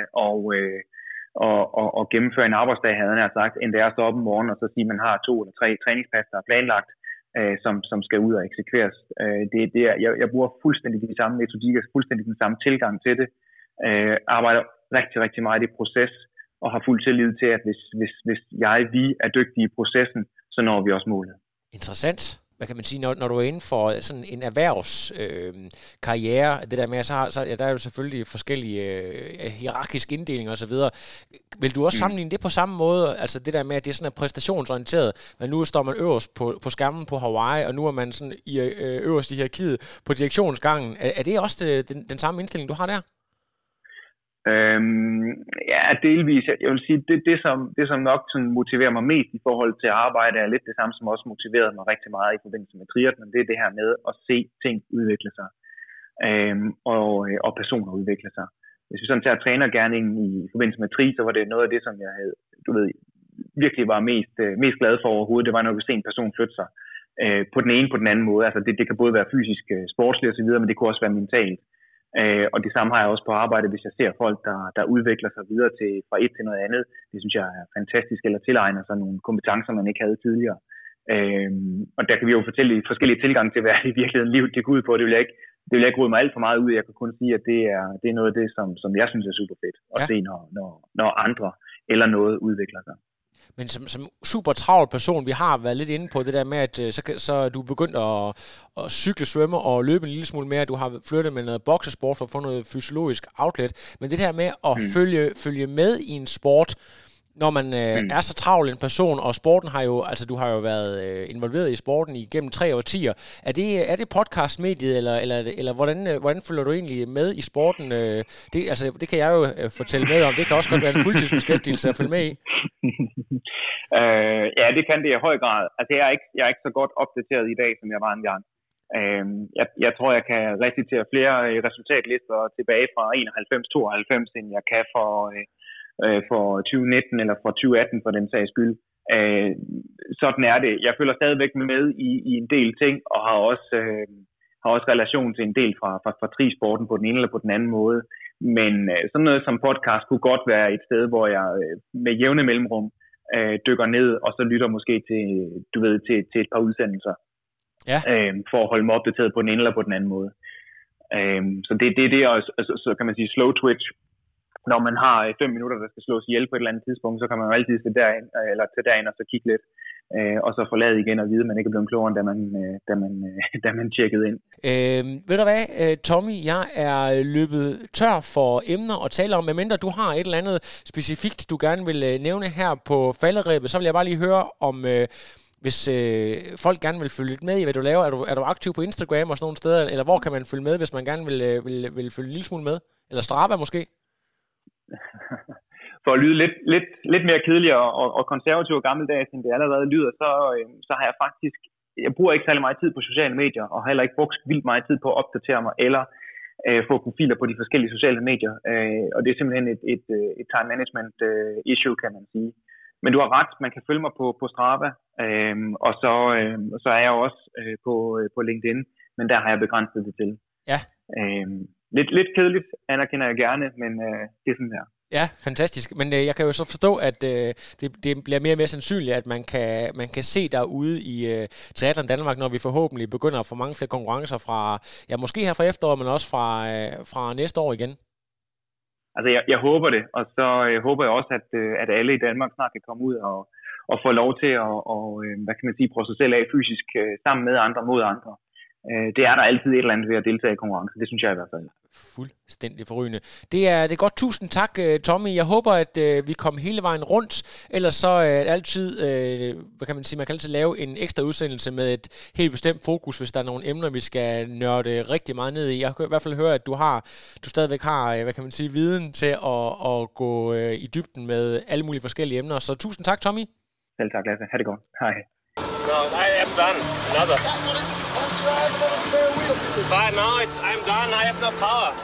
og gennemføre en arbejdsdag, havde jeg sagt, end det er at stå op om morgenen og så sige, at man har 2 eller 3 træningspas, der er planlagt, som skal ud og eksekveres. Jeg bruger fuldstændig de samme metodikker, fuldstændig den samme tilgang til det. Arbejder rigtig, rigtig meget i proces, og har fuld tillid til, at hvis vi er dygtige i processen, så når vi også målet. Interessant. Hvad kan man sige, når du er inde for sådan en erhvervskarriere, det der med, så der er jo selvfølgelig forskellige hierarkiske inddelinger og så videre. Vil du også sammenligne det på samme måde? Altså det der med, at det er sådan præstationsorienteret, men nu står man øverst på skærmen på Hawaii, og nu er man sådan øverst i hierarkiet på direktionsgangen. Er det også den samme indstilling, du har der? Ja, delvis. Jeg vil sige, det som nok sådan motiverer mig mest i forhold til at arbejde, er lidt det samme, som også motiverede mig rigtig meget i forbindelse med triathlon. Det er det her med at se ting udvikle sig, og personer udvikle sig. Hvis vi sådan tager trænergerningen i forbindelse med tri, så var det noget af det, som jeg havde, virkelig var mest glad for overhovedet. Det var, når vi ser en person flytte sig på den ene, på den anden måde. Altså det kan både være fysisk, sportsligt og så videre, men det kunne også være mentalt. Og det samme har jeg også på arbejde, hvis jeg ser folk, der udvikler sig videre fra et til noget andet. Det synes jeg er fantastisk, eller tilegner sig nogle kompetencer, man ikke havde tidligere. Og der kan vi jo fortælle forskellige tilgange til, hvad i virkeligheden livet det går ud på. Det vil jeg ikke rode mig alt for meget ud. Jeg kan kun sige, at det er noget af det, som jeg synes er super fedt at se, når andre eller noget udvikler sig. Men som super travl person, vi har været lidt inde på det der med, at så du er begyndt at cykle, svømme og løbe en lille smule mere. Du har flyttet med noget boksesport for at få noget fysiologisk outlet. Men det der med at følge med i en sport, når man er så travl en person, og sporten har jo, altså du har jo været involveret i sporten igennem 3 årtier. Er det podcastmediet, eller hvordan følger du egentlig med i sporten? Det kan jeg jo fortælle med om. Det kan også godt være en fuldtidsbeskæftigelse at følge med i. Ja, det kan det i høj grad. Altså jeg er ikke så godt opdateret i dag, som jeg var engang. Jeg tror, jeg kan recitere flere resultatlister tilbage fra 91-92, end jeg kan for 2019 eller for 2018 for den sags skyld. Sådan er det. Jeg følger stadigvæk med i en del ting, og har også relation til en del fra trisporten på den ene eller på den anden måde. Men sådan noget som podcast kunne godt være et sted, hvor jeg med jævne mellemrum dykker ned, og så lytter måske til et par udsendelser. Ja. For at holde mig opdateret på den ene eller på den anden måde. Så det er det, og så kan man sige slow twitch. Når man har 5 minutter, der skal slås ihjel på et eller andet tidspunkt, så kan man jo altid tage derind og så kigge lidt, og så forlade igen og vide, at man ikke er blevet klogere, da man tjekkede ind. Ved du hvad, Tommy, jeg er løbet tør for emner at tale om, medmindre du har et eller andet specifikt, du gerne vil nævne her på falderebet, så vil jeg bare lige høre om... Hvis folk gerne vil følge lidt med i, hvad du laver, er du aktiv på Instagram og sådan nogle steder, eller hvor kan man følge med, hvis man gerne vil følge en lille smule med? Eller Strava måske? For at lyde lidt mere kedelig og konservativ og gammeldags, end det allerede lyder, så har jeg faktisk... Jeg bruger ikke særlig meget tid på sociale medier, og har heller ikke brugt vildt meget tid på at opdatere mig, eller få profiler på de forskellige sociale medier. Og det er simpelthen et time management issue, kan man sige. Men du har ret, man kan følge mig på Strava, og så er jeg også på LinkedIn, men der har jeg begrænset det til. Ja. Lidt kedeligt, anerkender jeg gerne, men det er sådan her. Ja, fantastisk. Men jeg kan jo så forstå, at det bliver mere og mere sandsynligt, at man kan se derude i Triathlon Danmark, når vi forhåbentlig begynder at få mange flere konkurrencer fra, ja, måske her fra efteråret, men også fra næste år igen. Altså, jeg håber det, og så håber jeg også, at alle i Danmark snart kan komme ud og få lov til at hvad kan man sige, prøve sig selv af fysisk sammen med andre mod andre. Det er der altid et eller andet ved at deltage i konkurrence. Det synes jeg i hvert fald. Fuldstændig forrygende. Det er godt. Tusind tak, Tommy. Jeg håber, at vi kommer hele vejen rundt. Ellers så er det altid, hvad kan man sige, man kan altid lave en ekstra udsendelse med et helt bestemt fokus, hvis der er nogle emner, vi skal nørde rigtig meget ned i. Jeg kan i hvert fald høre, at du stadigvæk har, hvad kan man sige, viden til at gå i dybden med alle mulige forskellige emner. Så tusind tak, Tommy. Selv tak, Lasse. Ha' det godt. Hej. No, I am done. Another. But no, I'm done. I have no power.